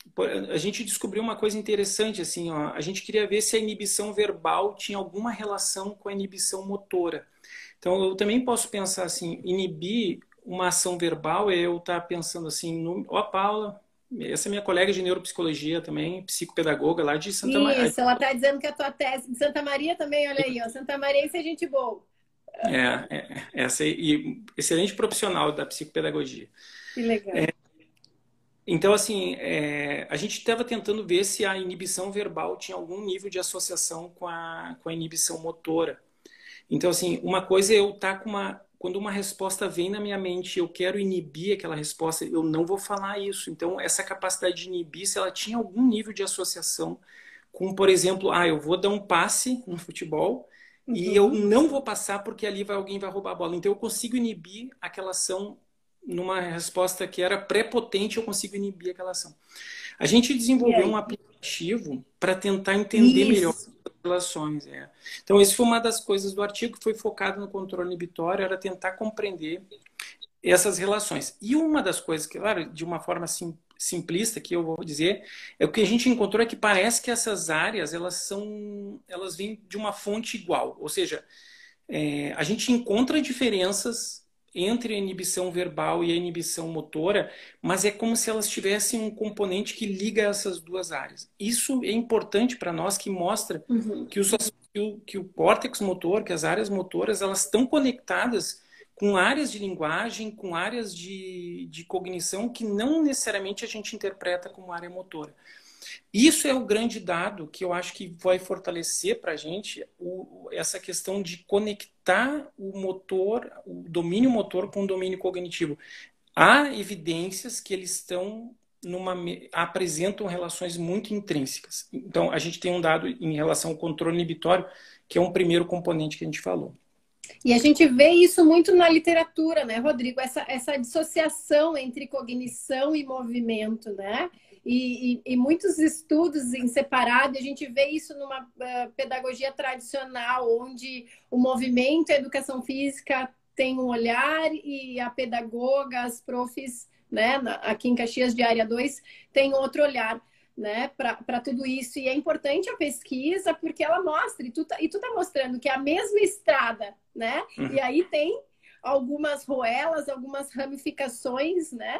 a gente descobriu uma coisa interessante, assim, ó, a gente queria ver se a inibição verbal tinha alguma relação com a inibição motora. Então, eu também posso pensar assim, inibir uma ação verbal é eu estar pensando assim, no, ó, Paula, essa é minha colega de neuropsicologia também, psicopedagoga lá de Santa Maria. Isso, ela está dizendo que a tua tese de Santa Maria também, olha aí, ó, Santa Maria, isso é gente boa. É, é essa e excelente profissional da psicopedagogia. Que legal. É, então, assim, é, a gente estava tentando ver se a inibição verbal tinha algum nível de associação com a, com a inibição motora. Então, assim, uma coisa é eu estar com uma... Quando uma resposta vem na minha mente, eu quero inibir aquela resposta, eu não vou falar isso. Então, essa capacidade de inibir, se ela tinha algum nível de associação com, por exemplo, ah, eu vou dar um passe no futebol uhum. e eu não vou passar porque ali vai, alguém vai roubar a bola. Então, eu consigo inibir aquela ação numa resposta que era prepotente, eu consigo inibir aquela ação. A gente desenvolveu um aplicativo para tentar entender Isso. melhor as relações. É. Então, isso foi uma das coisas do artigo que foi focado no controle inibitório, era tentar compreender essas relações. E uma das coisas que, claro, de uma forma sim, simplista, que eu vou dizer, é o que a gente encontrou é que parece que essas áreas, elas são, elas vêm de uma fonte igual. Ou seja, é, a gente encontra diferenças entre a inibição verbal e a inibição motora, mas é como se elas tivessem um componente que liga essas duas áreas. Isso é importante para nós, que mostra uhum. que, os, que, o, que o córtex motor, que as áreas motoras, elas estão conectadas com áreas de linguagem, com áreas de, de cognição que não necessariamente a gente interpreta como área motora. Isso é o grande dado que eu acho que vai fortalecer para a gente o, essa questão de conectar o motor, o domínio motor com o domínio cognitivo. Há evidências que eles estão numa, apresentam relações muito intrínsecas. Então, a gente tem um dado em relação ao controle inibitório, que é um primeiro componente que a gente falou. E a gente vê isso muito na literatura, né, Rodrigo? Essa, essa dissociação entre cognição e movimento, né? E, e, e muitos estudos em separado, a gente vê isso numa uh, pedagogia tradicional, onde o movimento e a educação física tem um olhar e a pedagoga, as profs, né, na, aqui em Caxias de Área dois, tem outro olhar, né, para tudo isso. E é importante a pesquisa porque ela mostra, e tu tá, e tu tá mostrando que é a mesma estrada, né? Uhum. E aí tem algumas roelas, algumas ramificações, né?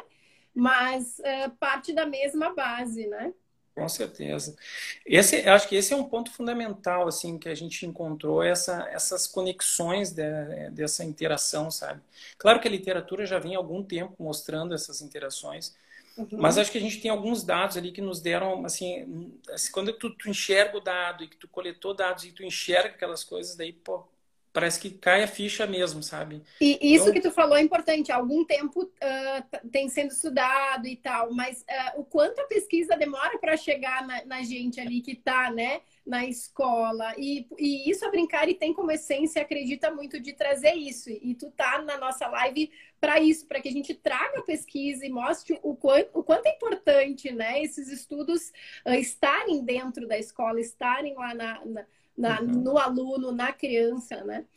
Mas uh, parte da mesma base, né? Com certeza. Esse, acho que esse é um ponto fundamental, assim, que a gente encontrou, essa, essas conexões de, dessa interação, sabe? Claro que a literatura já vem há algum tempo mostrando essas interações, uhum. mas acho que a gente tem alguns dados ali que nos deram, assim, quando tu, tu enxerga o dado e que tu coletou dados e tu enxerga aquelas coisas, daí, pô, parece que cai a ficha mesmo, sabe? E isso então, que tu falou é importante. Há algum tempo uh, tem sendo estudado e tal, mas uh, o quanto a pesquisa demora para chegar na, na gente ali que está, né, na escola. E, e isso a Brincar e tem como essência, acredita muito de trazer isso. E tu tá na nossa live para isso, para que a gente traga a pesquisa e mostre o quanto, o quanto é importante, né, esses estudos uh, estarem dentro da escola, estarem lá na... na Na, uhum. no aluno, na criança, né?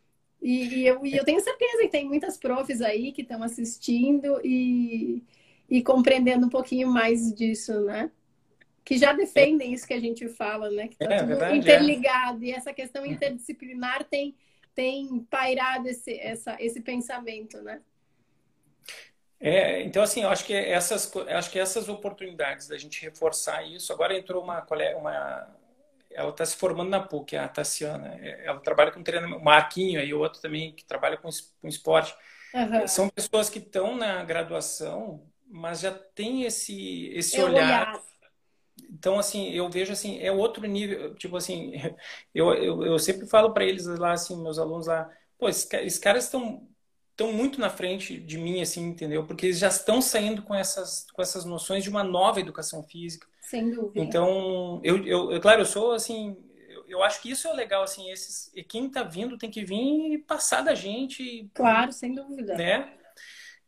E, e, eu, e eu tenho certeza que tem muitas profs aí que estão assistindo e, e compreendendo um pouquinho mais disso, né? Que já defendem é. isso que a gente fala, né? Que tá é, tudo verdade, interligado. É. E essa questão interdisciplinar tem, tem pairado esse, essa, esse pensamento, né? É, então, assim, eu acho que essas, acho que essas oportunidades da gente reforçar isso... Agora entrou uma colega... Uma, ela está se formando na P U C, a Tassiana. Ela trabalha com treinamento, o Marquinho e o outro também que trabalha com, com esporte. Uhum. São pessoas que estão na graduação, mas já tem esse, esse é olhar. olhar. Então, assim, eu vejo assim, é outro nível. Tipo assim, eu, eu, eu sempre falo para eles lá, assim, meus alunos lá, pô, esses, esses caras estão estão muito na frente de mim, assim, entendeu? Porque eles já estão saindo com essas, com essas noções de uma nova educação física. Sem dúvida. Então, eu, eu, eu claro, eu sou, assim, eu, eu acho que isso é legal, assim, esses, e quem tá vindo tem que vir e passar da gente. Claro, sem dúvida. Né?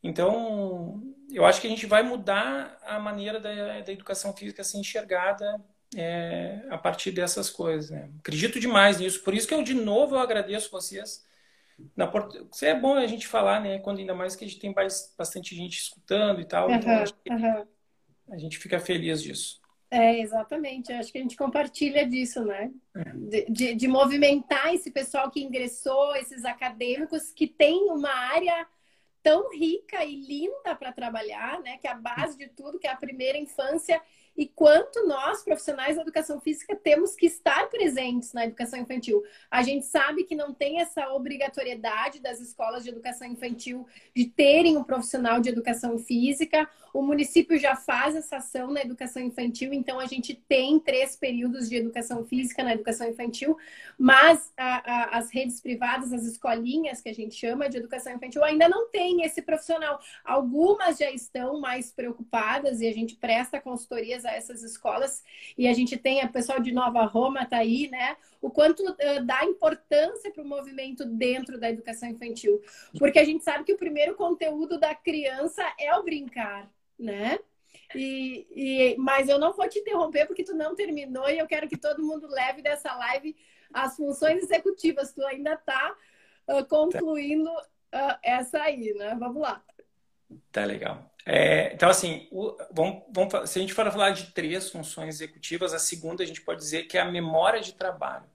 Então, eu acho que a gente vai mudar a maneira da, da educação física ser enxergada é, a partir dessas coisas, né? Acredito demais nisso. Por isso que eu, de novo, eu agradeço vocês. Na Port... Isso é bom a gente falar, né? Quando ainda mais que a gente tem bastante gente escutando e tal. Então, Aham, acho que aham. a gente fica feliz disso. É, exatamente. Eu acho que a gente compartilha disso, né? De, de, de movimentar esse pessoal que ingressou, esses acadêmicos que têm uma área tão rica e linda para trabalhar, né? Que é a base de tudo, que é a primeira infância. E quanto nós, profissionais da educação física, temos que estar presentes na educação infantil. A gente sabe que não tem essa obrigatoriedade das escolas de educação infantil de terem um profissional de educação física. O município já faz essa ação na educação infantil, então a gente tem três períodos de educação física na educação infantil, mas a, a, as redes privadas, as escolinhas que a gente chama de educação infantil, ainda não tem esse profissional. Algumas já estão mais preocupadas e a gente presta consultorias a essas escolas e a gente tem a pessoal de Nova Roma tá aí, né? O quanto uh, dá importância para o movimento dentro da educação infantil, porque a gente sabe que o primeiro conteúdo da criança é o brincar, né? E, e, mas eu não vou te interromper porque tu não terminou e eu quero que todo mundo leve dessa live as funções executivas. Tu ainda tá uh, concluindo uh, essa aí, né? Vamos lá. Tá legal. É, então, assim, o, vamos, vamos, se a gente for falar de três funções executivas, a segunda a gente pode dizer que é a memória de trabalho.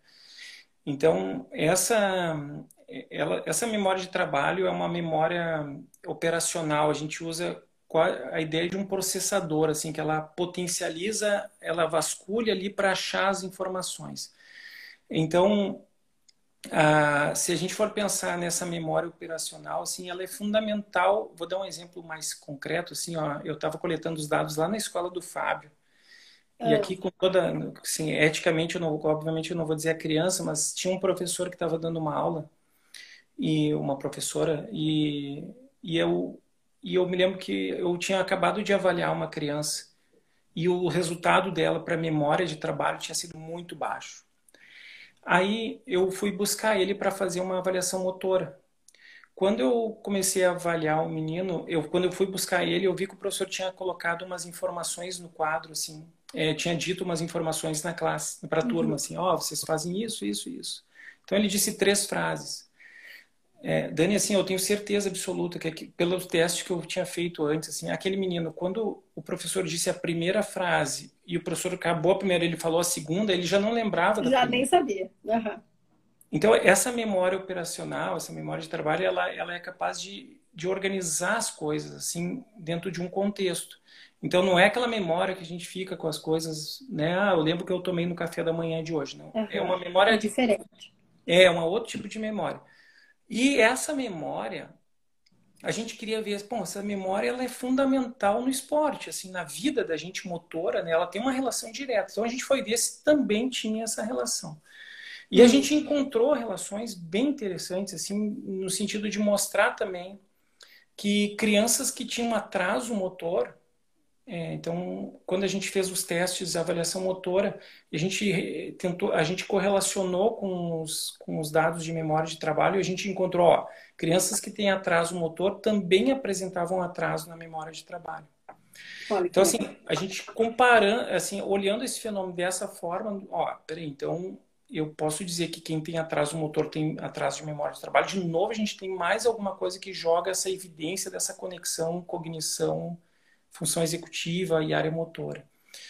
Então, essa, ela, essa memória de trabalho é uma memória operacional. A gente usa a ideia de um processador, assim, que ela potencializa, ela vasculha ali para achar as informações. Então, ah, se a gente for pensar nessa memória operacional, assim, ela é fundamental. Vou dar um exemplo mais concreto, assim, ó, eu estava coletando os dados lá na escola do Fábio. E aqui com toda, assim, eticamente, eu não, obviamente eu não vou dizer a criança, mas tinha um professor que estava dando uma aula e uma professora e, e eu e eu me lembro que eu tinha acabado de avaliar uma criança e o resultado dela para memória de trabalho tinha sido muito baixo. Aí eu fui buscar ele para fazer uma avaliação motora. Quando eu comecei a avaliar o menino, eu, quando eu fui buscar ele, eu vi que o professor tinha colocado umas informações no quadro, assim, é, tinha dito umas informações na classe, para a Uhum. turma, assim, ó, oh, vocês fazem isso, isso, isso. Então ele disse três frases. É, Dani, assim, eu tenho certeza absoluta que, pelo teste que eu tinha feito antes, assim, aquele menino, quando o professor disse a primeira frase e o professor acabou a primeira, ele falou a segunda, ele já não lembrava da já primeira. nem sabia. Uhum. Então, essa memória operacional, essa memória de trabalho, ela, ela é capaz de, de organizar as coisas, assim, dentro de um contexto. Então, não é aquela memória que a gente fica com as coisas, né? Ah, eu lembro que eu tomei no café da manhã de hoje. Não. Uhum. É uma memória... É diferente. É, um outro tipo de memória. E essa memória, a gente queria ver, bom, essa memória ela é fundamental no esporte, assim, na vida da gente motora, né? Ela tem uma relação direta. Então, a gente foi ver se também tinha essa relação. E a gente encontrou relações bem interessantes, assim, no sentido de mostrar também que crianças que tinham atraso motor, é, então, quando a gente fez os testes de avaliação motora, a gente tentou, a gente correlacionou com os, com os dados de memória de trabalho e a gente encontrou, ó, crianças que têm atraso motor também apresentavam atraso na memória de trabalho. Então, assim, a gente comparando, assim, olhando esse fenômeno dessa forma, ó, peraí, então eu posso dizer que quem tem atraso motor tem atraso de memória de trabalho. De novo, a gente tem mais alguma coisa que joga essa evidência dessa conexão, cognição, função executiva e área motora.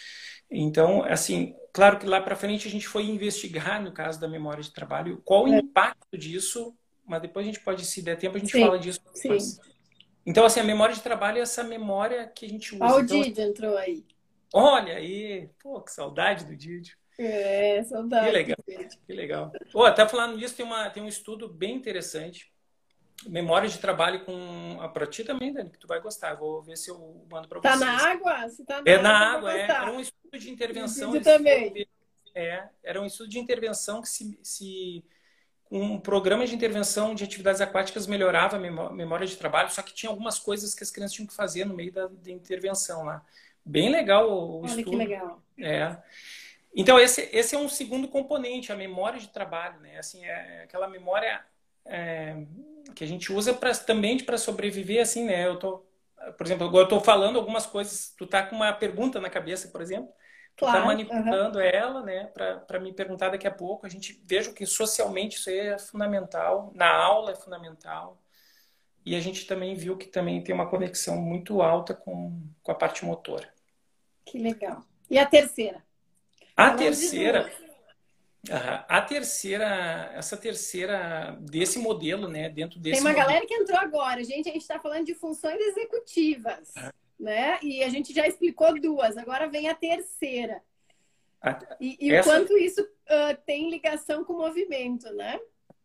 Então, assim, claro que lá para frente a gente foi investigar, no caso da memória de trabalho, qual o impacto disso, mas depois a gente pode, se der tempo, a gente sim, fala disso depois. Sim. Então, assim, a memória de trabalho é essa memória que a gente usa. Olha o então, Didio entrou aí. Olha aí, pô, que saudade do Didio. É, saudade. Que legal, que legal. Oh, até falando nisso, tem, uma, tem um estudo bem interessante. Memória de trabalho com... Ah, para ti também, Dani, que tu vai gostar. Vou ver se eu mando para vocês. Tá na água? Se tá na é água, na água, é. Era um estudo de intervenção. Didio também. Ver, é, era um estudo de intervenção que se... se um programa de intervenção de atividades aquáticas melhorava a memória de trabalho, só que tinha algumas coisas que as crianças tinham que fazer no meio da, da intervenção lá. Bem legal o Olha estudo. Que legal. É. Então, esse, esse é um segundo componente, a memória de trabalho, né? Assim, é aquela memória é, que a gente usa pra, também para sobreviver, assim, né? Eu tô, por exemplo, agora eu tô falando algumas coisas, tu tá com uma pergunta na cabeça, por exemplo, tu tá Claro. Uhum. manipulando ela, né, para me perguntar daqui a pouco. A gente veja que socialmente isso aí é fundamental, na aula é fundamental. E a gente também viu que também tem uma conexão muito alta com, com a parte motora. Que legal. E a terceira? A Falamos de terceira, duas. aham, a terceira, essa terceira desse modelo, né, dentro Tem desse uma modelo. galera que entrou agora. Gente, a gente está falando de funções executivas, né? E a gente já explicou duas. Agora vem a terceira. A- E, e o essa, quanto isso uh, tem ligação com o movimento, né?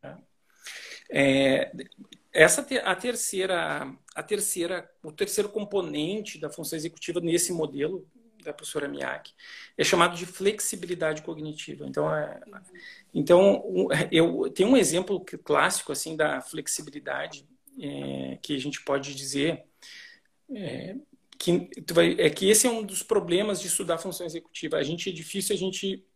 é, essa te- a terceira, a terceira, o terceiro componente da função executiva nesse modelo da professora Miyake é chamado de flexibilidade cognitiva. Então, é, então um- eu tenho um exemplo clássico assim da flexibilidade é, que a gente pode dizer é, que tu vai, é que esse é um dos problemas de estudar função executiva. A gente é difícil a gente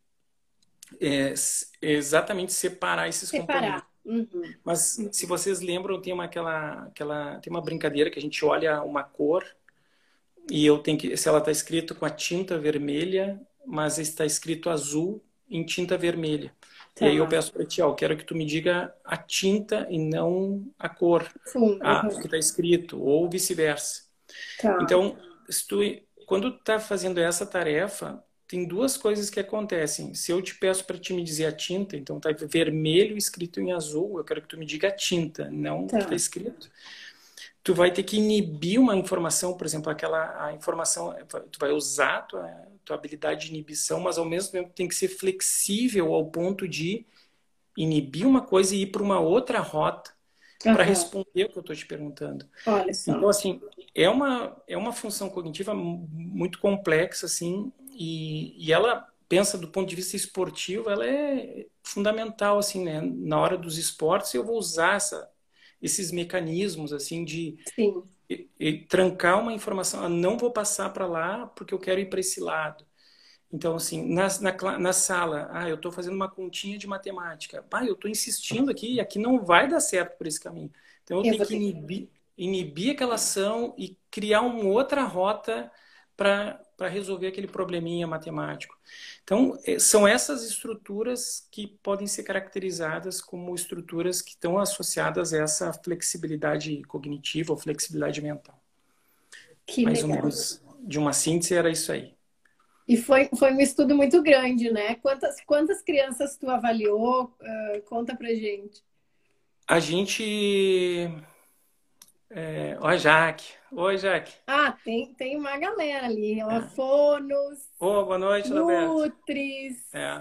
é, s- exatamente separar esses componentes. Separar. Uhum. Mas se vocês lembram, tem uma, aquela, aquela, tem uma brincadeira que a gente olha uma cor e eu tenho que, se ela está escrito com a tinta vermelha, mas está escrito azul em tinta vermelha. E aí eu Tá. peço para ti, ó, eu quero que tu me diga a tinta e não a cor, Fundo. a, o Uhum. que está escrito, ou vice-versa. Tá. Então, se tu, quando tu está fazendo essa tarefa, tem duas coisas que acontecem. Se eu te peço para te me dizer a tinta, então está vermelho escrito em azul, eu quero que tu me diga a tinta, não o que está Tá. escrito. Tu vai ter que inibir uma informação, por exemplo, aquela a informação, tu vai usar a tua, tua habilidade de inibição, mas ao mesmo tempo tem que ser flexível ao ponto de inibir uma coisa e ir para uma outra rota para Uhum. responder o que eu estou te perguntando. Olha só. Então, assim, é uma, é uma função cognitiva muito complexa, assim, e, e ela pensa do ponto de vista esportivo, ela é fundamental, assim, né? Na hora dos esportes, eu vou usar essa, esses mecanismos, assim, de Sim. e, e trancar uma informação. Eu não vou passar para lá porque eu quero ir para esse lado. Então, assim, na, na, na sala, ah, eu estou fazendo uma continha de matemática. Ah, eu estou insistindo aqui e aqui não vai dar certo por esse caminho. Então, eu Eu tenho vou que ter que. inibir, inibir aquela ação e criar uma outra rota para para resolver aquele probleminha matemático. Então, eh, são essas estruturas que podem ser caracterizadas como estruturas que estão associadas a essa flexibilidade cognitiva ou flexibilidade mental. Que Mais ou legal. menos, de uma síntese, era isso aí. E foi, foi um estudo muito grande, né? Quantas, quantas crianças tu avaliou? Uh, conta pra gente. A gente. É... Oi, Jaque. Oi, Jaque. Ah, tem, tem uma galera ali. Ó, É. Fonos, Oh, boa noite, Roberto. Nutris. É.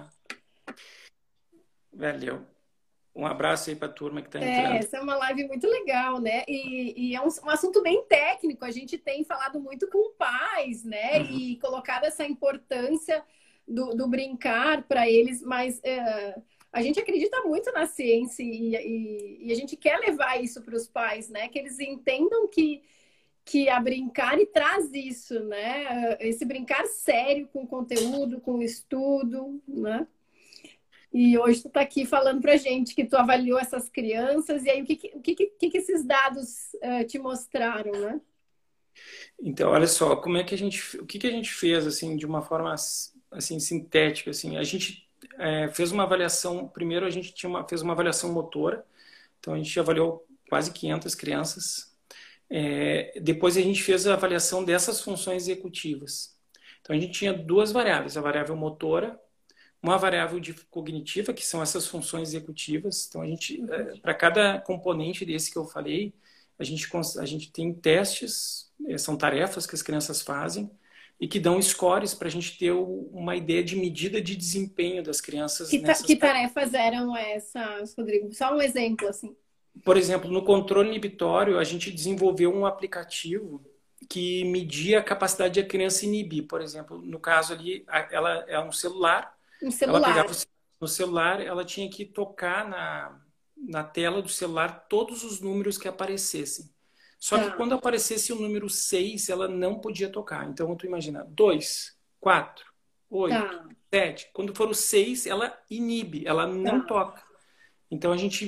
Valeu. Um abraço aí para a turma que está É, entrando. essa é uma live muito legal, né? E, e é um, um assunto bem técnico. A gente tem falado muito com pais, né? Uhum. E colocado essa importância do, do brincar para eles, mas é, a gente acredita muito na ciência e, e, e a gente quer levar isso para os pais, né? Que eles entendam que, que a brincar e traz isso, né? Esse brincar sério com conteúdo, com estudo, né? E hoje tu está aqui falando para gente que tu avaliou essas crianças e aí o que que, o que, que, que esses dados uh, te mostraram, né? Então, olha só, como é que a gente, o que que a gente fez assim de uma forma assim sintética, assim, a gente é, fez uma avaliação. Primeiro, a gente tinha uma, fez uma avaliação motora. Então, a gente avaliou quase quinhentas crianças. É, depois, a gente fez a avaliação dessas funções executivas. Então, a gente tinha duas variáveis: a variável motora, uma variável de cognitiva, que são essas funções executivas. Então, a gente, para cada componente desse que eu falei, a gente, a gente tem testes, são tarefas que as crianças fazem e que dão scores para a gente ter uma ideia de medida de desempenho das crianças Que, ta nessas que tarefas eram essas, Rodrigo? Só um exemplo, assim. Por exemplo, no controle inibitório, a gente desenvolveu um aplicativo que media a capacidade da criança inibir. Por exemplo, no caso ali, ela é um celular. Um Ela celular. pegava no celular, ela tinha que tocar na, na tela do celular todos os números que aparecessem. Só Tá. que quando aparecesse o número seis, ela não podia tocar. Então, tu imagina, dois, quatro, oito, sete. Quando for o seis, ela inibe, ela não Tá. toca. Então, a gente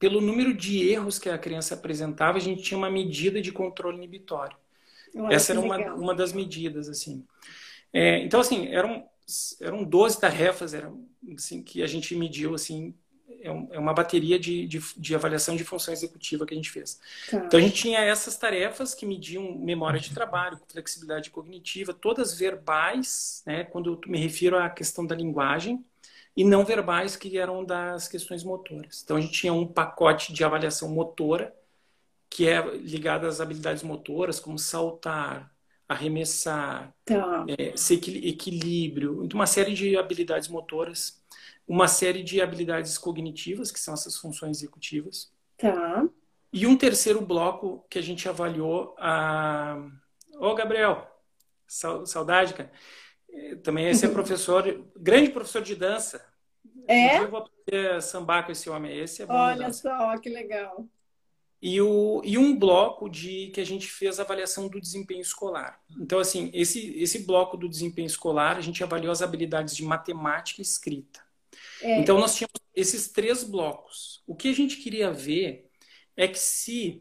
pelo número de erros que a criança apresentava, a gente tinha uma medida de controle inibitório. Olha, Essa que era uma, legal. uma das medidas, assim. É, então, assim, eram, eram doze tarefas eram, assim, que a gente mediu, assim, é, um, é uma bateria de, de, de avaliação de função executiva que a gente fez. Tá. Então, a gente tinha essas tarefas que mediam memória de trabalho, flexibilidade cognitiva, todas verbais, né, quando eu me refiro à questão da linguagem, e não verbais, que eram das questões motoras. Então, a gente tinha um pacote de avaliação motora, que é ligado às habilidades motoras, como saltar, arremessar, Tá. é, ser equilíbrio, então, uma série de habilidades motoras, uma série de habilidades cognitivas, que são essas funções executivas, Tá. e um terceiro bloco que a gente avaliou a... Ô, Gabriel, saudade, cara. Também esse é professor, grande professor de dança. É? Um dia eu vou aprender a sambar com esse homem. Esse é bom na Olha dança. só, que legal. E, o, e um bloco de que a gente fez a avaliação do desempenho escolar. Então, assim, esse, esse bloco do desempenho escolar, a gente avaliou as habilidades de matemática e escrita. É. Então, nós tínhamos esses três blocos. O que a gente queria ver é que se,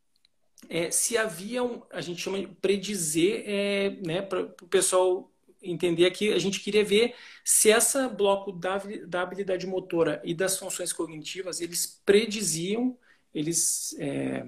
é, se havia, um, a gente chama de predizer, é, né, para o pessoal entender aqui, a gente queria ver se esse bloco da, da habilidade motora e das funções cognitivas, eles prediziam, eles, é,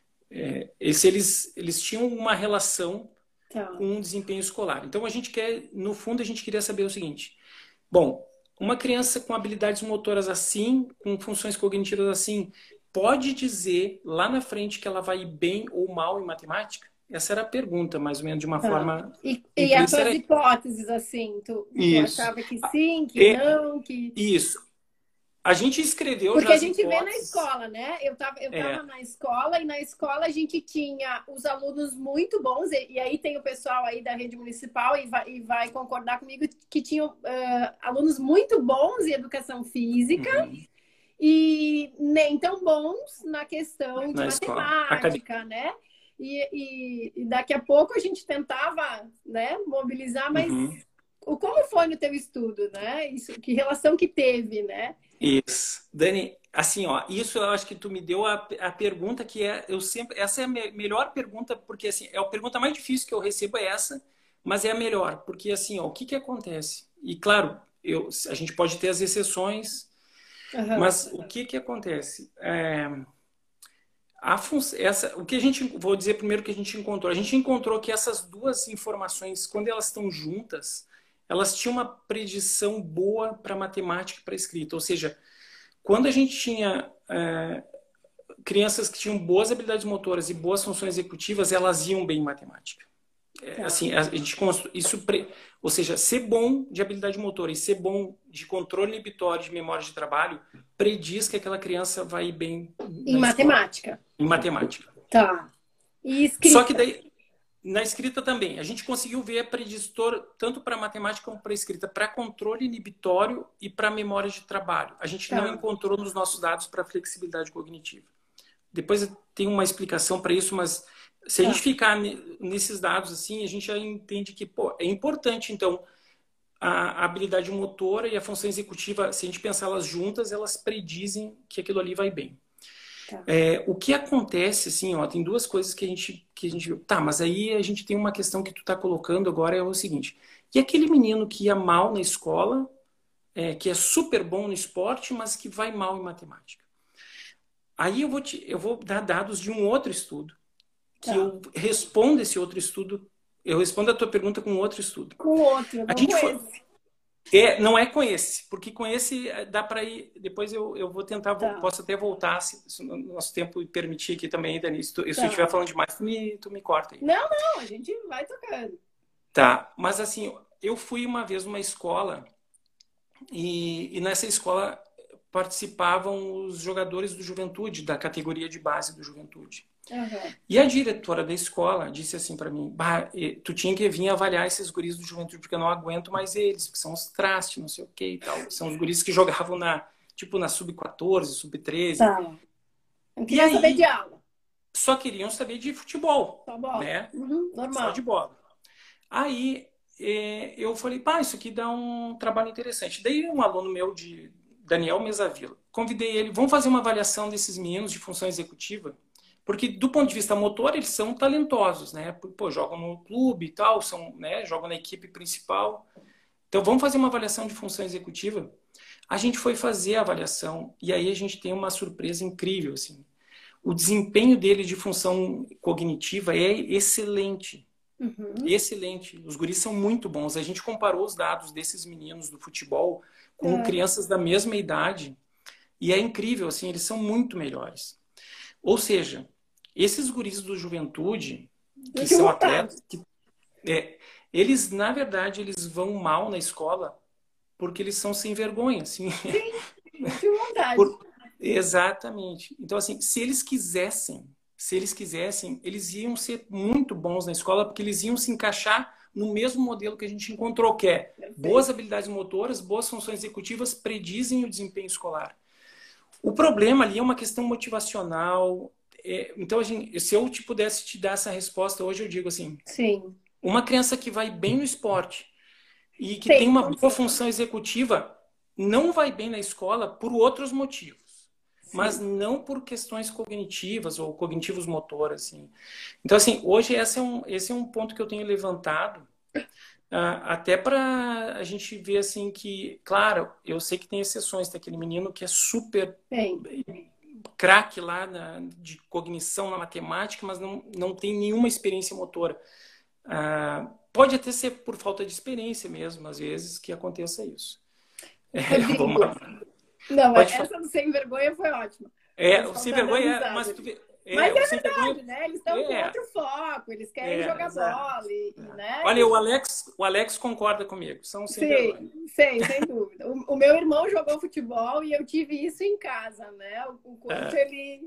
é, se eles, eles tinham uma relação Tá. com o desempenho escolar. Então, a gente quer, no fundo, a gente queria saber o seguinte, bom, uma criança com habilidades motoras assim, com funções cognitivas assim, pode dizer lá na frente que ela vai bem ou mal em matemática? Essa era a pergunta, mais ou menos, de uma Tá. forma... E, e as implícita suas era... hipóteses, assim, tu, tu Isso. achava que sim, que E- não, que... Isso. A gente escreveu Porque já a as gente vê na hipóteses. escola, né? Eu tava, eu É. tava na escola e na escola a gente tinha os alunos muito bons, e, e aí tem o pessoal aí da rede municipal e vai, e vai concordar comigo que tinham uh, alunos muito bons em educação física Uhum. e nem tão bons na questão de Na escola. matemática, né? E, e, e daqui a pouco a gente tentava, né, mobilizar, mas Uhum. o como foi no teu estudo, né? Isso, que relação que teve, né? Isso. Dani, assim, ó, isso eu acho que tu me deu a, a pergunta que é, eu sempre, essa é a me- melhor pergunta, porque assim, é a pergunta mais difícil que eu recebo é essa, mas é a melhor, porque assim, ó, o que que acontece? E claro, eu, a gente pode ter as exceções, Aham. mas o que que acontece? É, a fun- essa, o que a gente, vou dizer primeiro o que a gente encontrou. A gente encontrou que essas duas informações, quando elas estão juntas, elas tinham uma predição boa para matemática e para escrita. Ou seja, quando a gente tinha é, crianças que tinham boas habilidades motoras e boas funções executivas, elas iam bem em matemática. É, Tá. assim, a gente constru... isso, pre... ou seja, ser bom de habilidade motora e ser bom de controle inibitório de memória de trabalho prediz que aquela criança vai ir bem Em na escola, matemática. em matemática. Tá. E escrita. Só que daí, na escrita também, a gente conseguiu ver predistor tanto para matemática como para escrita, para controle inibitório e para memória de trabalho. A gente Tá. não encontrou nos nossos dados para flexibilidade cognitiva. Depois tem uma explicação para isso, mas se a Tá. gente ficar nesses dados assim, a gente já entende que pô, é importante, então, a habilidade motora e a função executiva, se a gente pensar elas juntas, elas predizem que aquilo ali vai bem. Tá. É, o que acontece, assim, ó, tem duas coisas que a gente que a gente viu. Tá, mas aí a gente tem uma questão que tu tá colocando agora, é o seguinte. E aquele menino que ia mal na escola, é, que é super bom no esporte, mas que vai mal em matemática? Aí eu vou, te, eu vou dar dados de um outro estudo, que Tá. eu respondo esse outro estudo, eu respondo a tua pergunta com outro estudo. Com outro, A não gente com foi, esse. é, não é com esse, porque com esse dá para ir. Depois eu, eu vou tentar, Tá. posso até voltar, se, se o nosso tempo permitir aqui também, Dani. Se, tu, se Tá. eu estiver falando demais, tu me, tu me corta aí. Não, não, a gente vai tocando. Tá, mas assim, eu fui uma vez numa escola e, e nessa escola participavam os jogadores do Juventude, da categoria de base do Juventude. Uhum. E a diretora da escola disse assim para mim, bah, tu tinha que vir avaliar esses guris do Juventude, porque eu não aguento mais eles, porque são os trastes, não sei o que e tal. São os guris que jogavam na, tipo, na sub quatorze, sub treze. Tá. Não queria aí, saber de aula. Só queriam saber de futebol, Só bola. né? Uhum, Só normal. de bola. Aí eh, eu falei, pá, isso aqui dá um trabalho interessante. Daí um aluno meu de Daniel Mesavila convidei ele, vamos fazer uma avaliação desses meninos de função executiva, porque do ponto de vista motor eles são talentosos, né? Pô, jogam no clube e tal, são, né, jogam na equipe principal. Então vamos fazer uma avaliação de função executiva. A gente foi fazer a avaliação e aí a gente tem uma surpresa incrível, assim. O desempenho dele de função cognitiva é excelente. Uhum. Excelente. Os guris são muito bons. A gente comparou os dados desses meninos do futebol com É. crianças da mesma idade e é incrível, assim, eles são muito melhores. Ou seja, esses guris do Juventude, que Que são vontade. atletas, que, é, eles, na verdade, eles vão mal na escola porque eles são sem vergonha, assim. Que vontade. Por... Exatamente. Então, assim, se eles quisessem, se eles quisessem, eles iam ser muito bons na escola, porque eles iam se encaixar no mesmo modelo que a gente encontrou, que é boas habilidades motoras, boas funções executivas predizem o desempenho escolar. O problema ali é uma questão motivacional. É, então, a gente, se eu te pudesse te dar essa resposta hoje, eu digo assim, Sim. Uma criança que vai bem no esporte e que Sim, tem uma com boa certeza. função executiva não vai bem na escola por outros motivos. Sim. Mas não por questões cognitivas ou cognitivos motoras, assim. Então, assim, hoje esse é um, esse é um ponto que eu tenho levantado, uh, até para a gente ver, assim, que, claro, eu sei que tem exceções, tem aquele menino que é super Sim. craque lá na, de cognição na matemática, mas não, não tem nenhuma experiência motora. Uh, pode até ser por falta de experiência mesmo, às vezes, que aconteça isso. É, vamos lá. Não, Pode essa falar. do sem vergonha foi ótima. É, o sem vergonha é, mas, tu, é, mas é sem verdade, vergonha, né? Eles estão é, com outro foco, eles querem é, jogar exato. bola, e, É. né? Olha, o Alex, o Alex concorda comigo, são sem vergonha. Sim, sem dúvida. O, o meu irmão jogou futebol e eu tive isso em casa, né? O, o quanto É. ele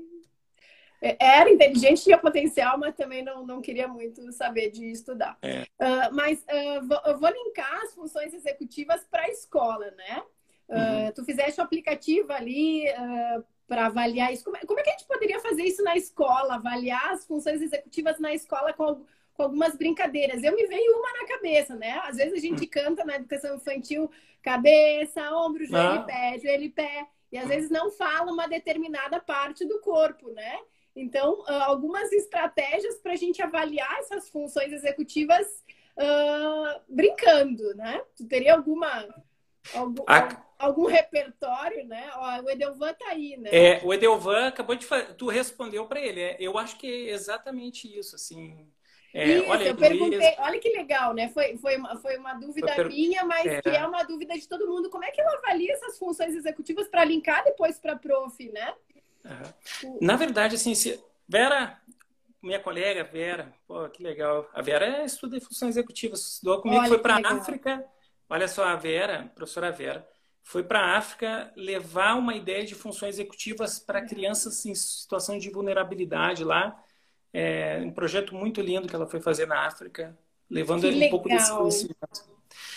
era inteligente, tinha potencial, mas também não, não queria muito saber de estudar. É. Uh, mas uh, vou, eu vou linkar as funções executivas para a escola, né? Uh, Uhum. Tu fizeste o aplicativo ali uh, para avaliar isso. Como é, como é que a gente poderia fazer isso na escola? Avaliar as funções executivas na escola com, com algumas brincadeiras. Eu me veio uma na cabeça, né? Às vezes a gente canta na educação infantil cabeça, ombro, joelho Ah. e pé, joelho e pé. E às vezes não fala uma determinada parte do corpo, né? Então, uh, algumas estratégias para a gente avaliar essas funções executivas uh, brincando, né? Tu teria alguma, algum, A... algum repertório, né? Ó, o Edelvan tá aí, né? É, o Edelvan acabou de fazer, tu respondeu para ele. É, eu acho que é exatamente isso, assim. É, isso, olha, eu perguntei, olha que legal, né? Foi, foi, uma, foi uma dúvida per... minha, mas é. que é uma dúvida de todo mundo. Como é que eu avalio essas funções executivas para linkar depois para a prof, né? Uhum. Na verdade, assim, se... Vera, minha colega Vera, pô, que legal. A Vera estuda funções executivas, estudou comigo, olha, foi para a África. Olha só, a Vera, a professora Vera, foi para a África levar uma ideia de funções executivas para crianças em situação de vulnerabilidade lá. É um projeto muito lindo que ela foi fazer na África, levando um pouco desse conhecimento.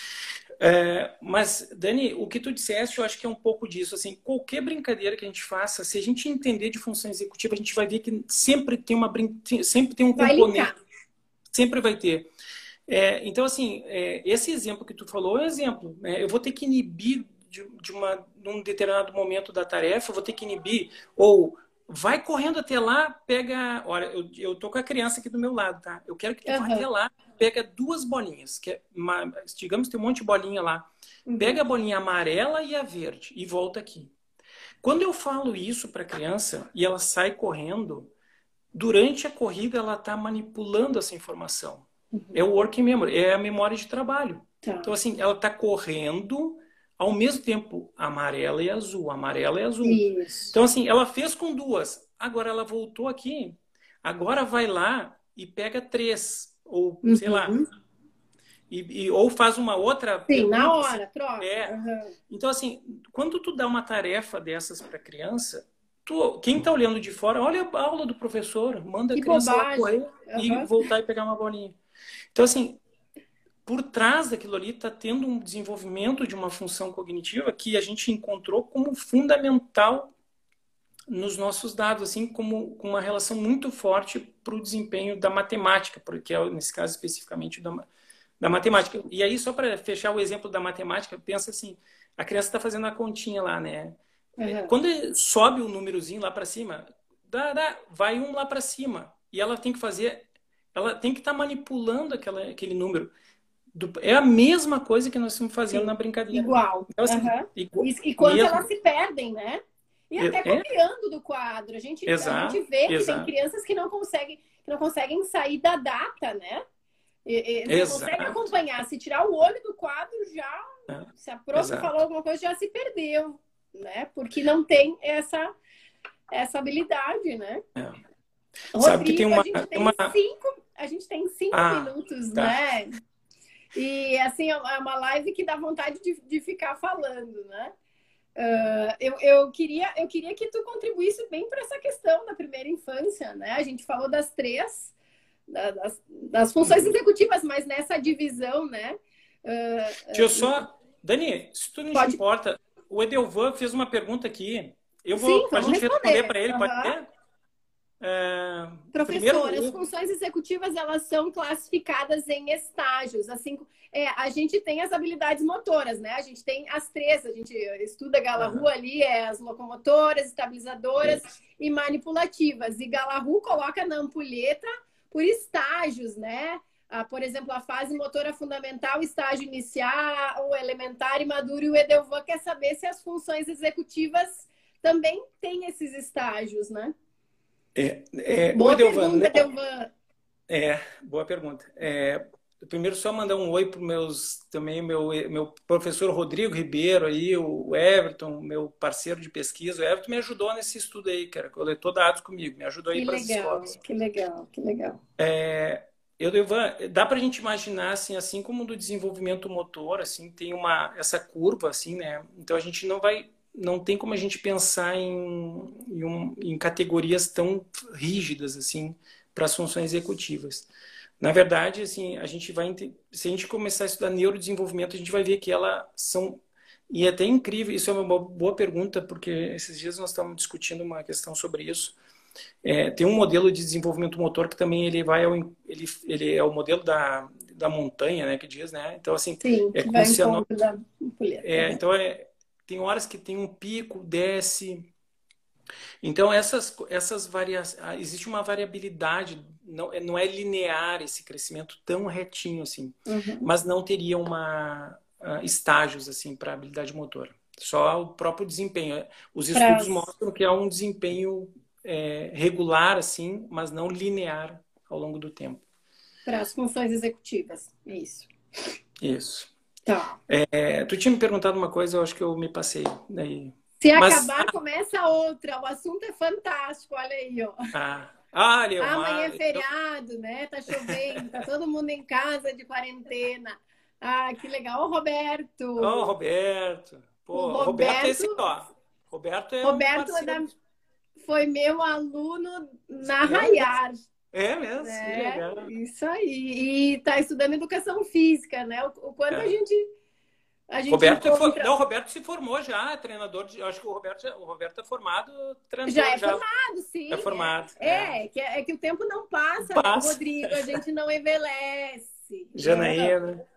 É, mas, Dani, o que tu disseste, eu acho que é um pouco disso. Assim, qualquer brincadeira que a gente faça, se a gente entender de função executiva, a gente vai ver que sempre tem, uma, sempre tem um vai componente. Linkar. Sempre vai ter. É, então, assim, é, esse exemplo que tu falou é um exemplo. Né? Eu vou ter que inibir de, de uma, num determinado momento da tarefa, eu vou ter que inibir, ou vai correndo até lá, pega... Olha, eu, eu tô com a criança aqui do meu lado, tá? Eu quero que tu uhum. vá até lá, pega duas bolinhas, que é uma, digamos que tem um monte de bolinha lá. Uhum. Pega a bolinha amarela e a verde e volta aqui. Quando eu falo isso para a criança e ela sai correndo, durante a corrida ela está manipulando essa informação. Uhum. É o working memory, é a memória de trabalho. Tá. Então, assim, ela está correndo ao mesmo tempo amarela e azul, amarela e azul. Isso. Então, assim, ela fez com duas, agora ela voltou aqui, agora vai lá e pega três, ou uhum. sei lá, e, e, ou faz uma outra Sim, pergunta, na hora, troca. É. Uhum. Então, assim, quando tu dá uma tarefa dessas para a criança, tu, quem está olhando de fora, olha a aula do professor, manda a que criança bobagem. lá correr uhum. e voltar e pegar uma bolinha. Então, assim, por trás daquilo ali está tendo um desenvolvimento de uma função cognitiva que a gente encontrou como fundamental nos nossos dados, assim, como com uma relação muito forte para o desempenho da matemática, porque é, nesse caso, especificamente, da, da matemática. E aí, só para fechar o exemplo da matemática, pensa assim, a criança está fazendo a continha lá, né? Uhum. Quando sobe o númerozinho lá para cima, dá, dá, vai um lá para cima. E ela tem que fazer, ela tem que estar tá manipulando aquela, aquele número. Do, é a mesma coisa que nós estamos fazendo Sim, na brincadeira. igual. Então, assim, Uhum. igual, E, e quanto mesmo. elas se perdem, né? E até É, copiando do quadro. A gente, a gente exato, vê que tem exato, crianças que não conseguem, que não conseguem sair da data, né? E, e não conseguem exato. acompanhar. Se tirar o olho do quadro, já, É, se a prof falou exato. alguma coisa, já se perdeu, né? Porque não tem essa, essa habilidade, né? É. Sabe que tem Rodrigo, a uma, gente tem tem uma... cinco, a gente tem cinco Ah, minutos, tá. né? E assim, é uma live que dá vontade de, de ficar falando, né? Uh, eu, eu, queria, eu queria que tu contribuísse bem para essa questão da primeira infância, né? A gente falou das três, das, das funções executivas, mas nessa divisão, né? Uh, Deixa eu uh, só... Dani, se tu não te pode... importa, o Edelvan fez uma pergunta aqui. Eu Sim, vou, a vamos gente responder responder. para ele, pode Uhum. ser? É, Professora, as primeiro, funções executivas elas são classificadas em estágios. Assim, é, a gente tem as habilidades motoras, né? A gente tem as três, a gente estuda Galahu ali, é as locomotoras, estabilizadoras isso. e manipulativas. E Galahu coloca na ampulheta por estágios, né? Ah, por exemplo, a fase motora fundamental, estágio inicial, o elementar e maduro. E o Edelvan quer saber se as funções executivas também têm esses estágios, né? É, é, Boa Edelvan, pergunta, Edelvan. É, boa pergunta. É, primeiro só mandar um oi para meus também meu meu professor Rodrigo Ribeiro aí, o Everton, meu parceiro de pesquisa. O Everton me ajudou nesse estudo aí, cara, coletou dados comigo, me ajudou aí Que para as legal, escolas. que legal, que legal. É, eu Evan, dá para a gente imaginar assim, assim como do desenvolvimento motor, assim tem uma essa curva assim, né? Então a gente não vai não tem como a gente pensar em, em, um, em categorias tão rígidas assim para as funções executivas. Na verdade, assim, a gente vai se a gente começar a estudar neurodesenvolvimento, a gente vai ver que elas são e é até incrível, isso é uma boa pergunta, porque esses dias nós estamos discutindo uma questão sobre isso. É, tem um modelo de desenvolvimento motor que também ele vai ao, ele, ele é o modelo da, da montanha, né, que diz, né? Então assim, Sim, é que como vai em se a no... conta da ampulheta. é, então é tem horas que tem um pico, desce. Então essas essas variações, existe uma variabilidade, não, não é linear esse crescimento tão retinho assim, Uhum. mas não teria uma uh, estágios assim para habilidade motora. Só o próprio desempenho. Os estudos Pras... mostram que há um desempenho é, regular assim, mas não linear ao longo do tempo. Para as funções executivas, isso. Isso. Tá. É, tu tinha me perguntado uma coisa, eu acho que eu me passei daí. Se Mas acabar, começa outra. O assunto é fantástico, olha aí, ó. ah, ah, Amanhã é Leomar, feriado, né? Tá chovendo, tá todo mundo em casa de quarentena. Ah, que legal. Ô, oh, Roberto. Roberto. O Pô, Roberto é Roberto. esse, ó. Roberto é um Roberto é da... parceiro. foi meu aluno na É mesmo? Raiar. É mesmo? Que É, legal. isso aí. E tá estudando educação física, né? O, o quanto a É. gente, a gente Roberto, é for... encontra. Não, o Roberto se formou já, é treinador de. Eu acho que o Roberto, o Roberto é formado, Já treinador é já. formado, sim. É formado. É, É. é, que, é que o tempo não passa, né, Passa. Rodrigo? A gente não envelhece. Não. Janaína.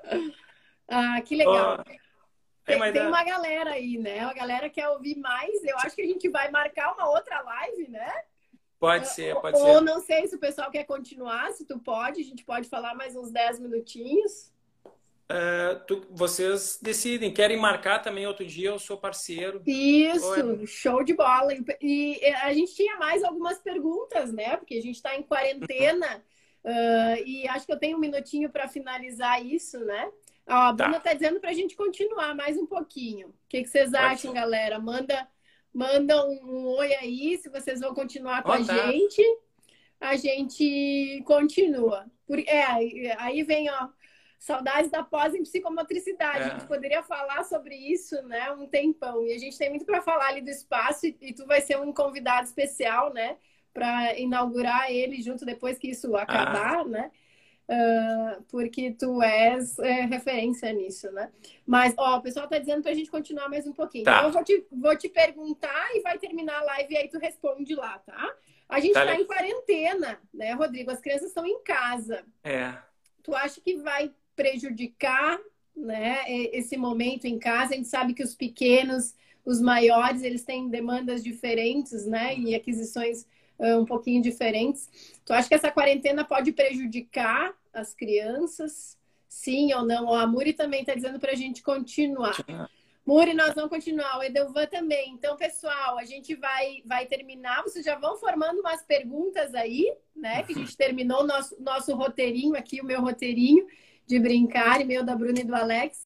Ah, que Oh, legal. aí, Tem, tem Maida. uma galera aí, né? A galera quer ouvir mais. Eu acho que a gente vai marcar uma outra live, né? Pode ser, pode Ou ser. não sei se o pessoal quer continuar, se tu pode, a gente pode falar mais uns dez minutinhos. Uh, tu, vocês decidem. Querem marcar também outro dia? Eu sou parceiro. Isso, É... show de bola. E a gente tinha mais algumas perguntas, né? Porque a gente está em quarentena uh, e acho que eu tenho um minutinho para finalizar isso, né? Ó, a Bruna está Tá. dizendo para a gente continuar mais um pouquinho. O que, que vocês acham, galera? Manda, manda um, um oi aí, se vocês vão continuar com Oh, a tá. gente. A gente continua. Por, é, aí vem, ó. Saudades da pós em psicomotricidade. É. A gente poderia falar sobre isso, né, um tempão. E a gente tem muito para falar ali do espaço e, e tu vai ser um convidado especial, né, para inaugurar ele junto depois que isso acabar, ah. né? Uh, porque tu és é, referência nisso, né? Mas, ó, o pessoal tá dizendo pra gente continuar mais um pouquinho. Tá. Então eu vou te, vou te perguntar e vai terminar a live e aí tu responde lá, tá? A gente tá, tá em quarentena, né, Rodrigo? As crianças estão em casa. É. Tu acha que vai prejudicar, né, esse momento em casa? A gente sabe que os pequenos os maiores, eles têm demandas diferentes, né? E aquisições uh, um pouquinho diferentes. Tu acha que essa quarentena pode prejudicar as crianças? Sim ou não? A Muri também está dizendo para a gente continuar. Muri, nós vamos continuar. O Edelvan também. Então, pessoal, a gente vai, vai terminar. Vocês já vão formando umas perguntas aí, né? Que a gente terminou o nosso, nosso roteirinho aqui, o meu roteirinho de brincar, e meu da Bruna e do Alex.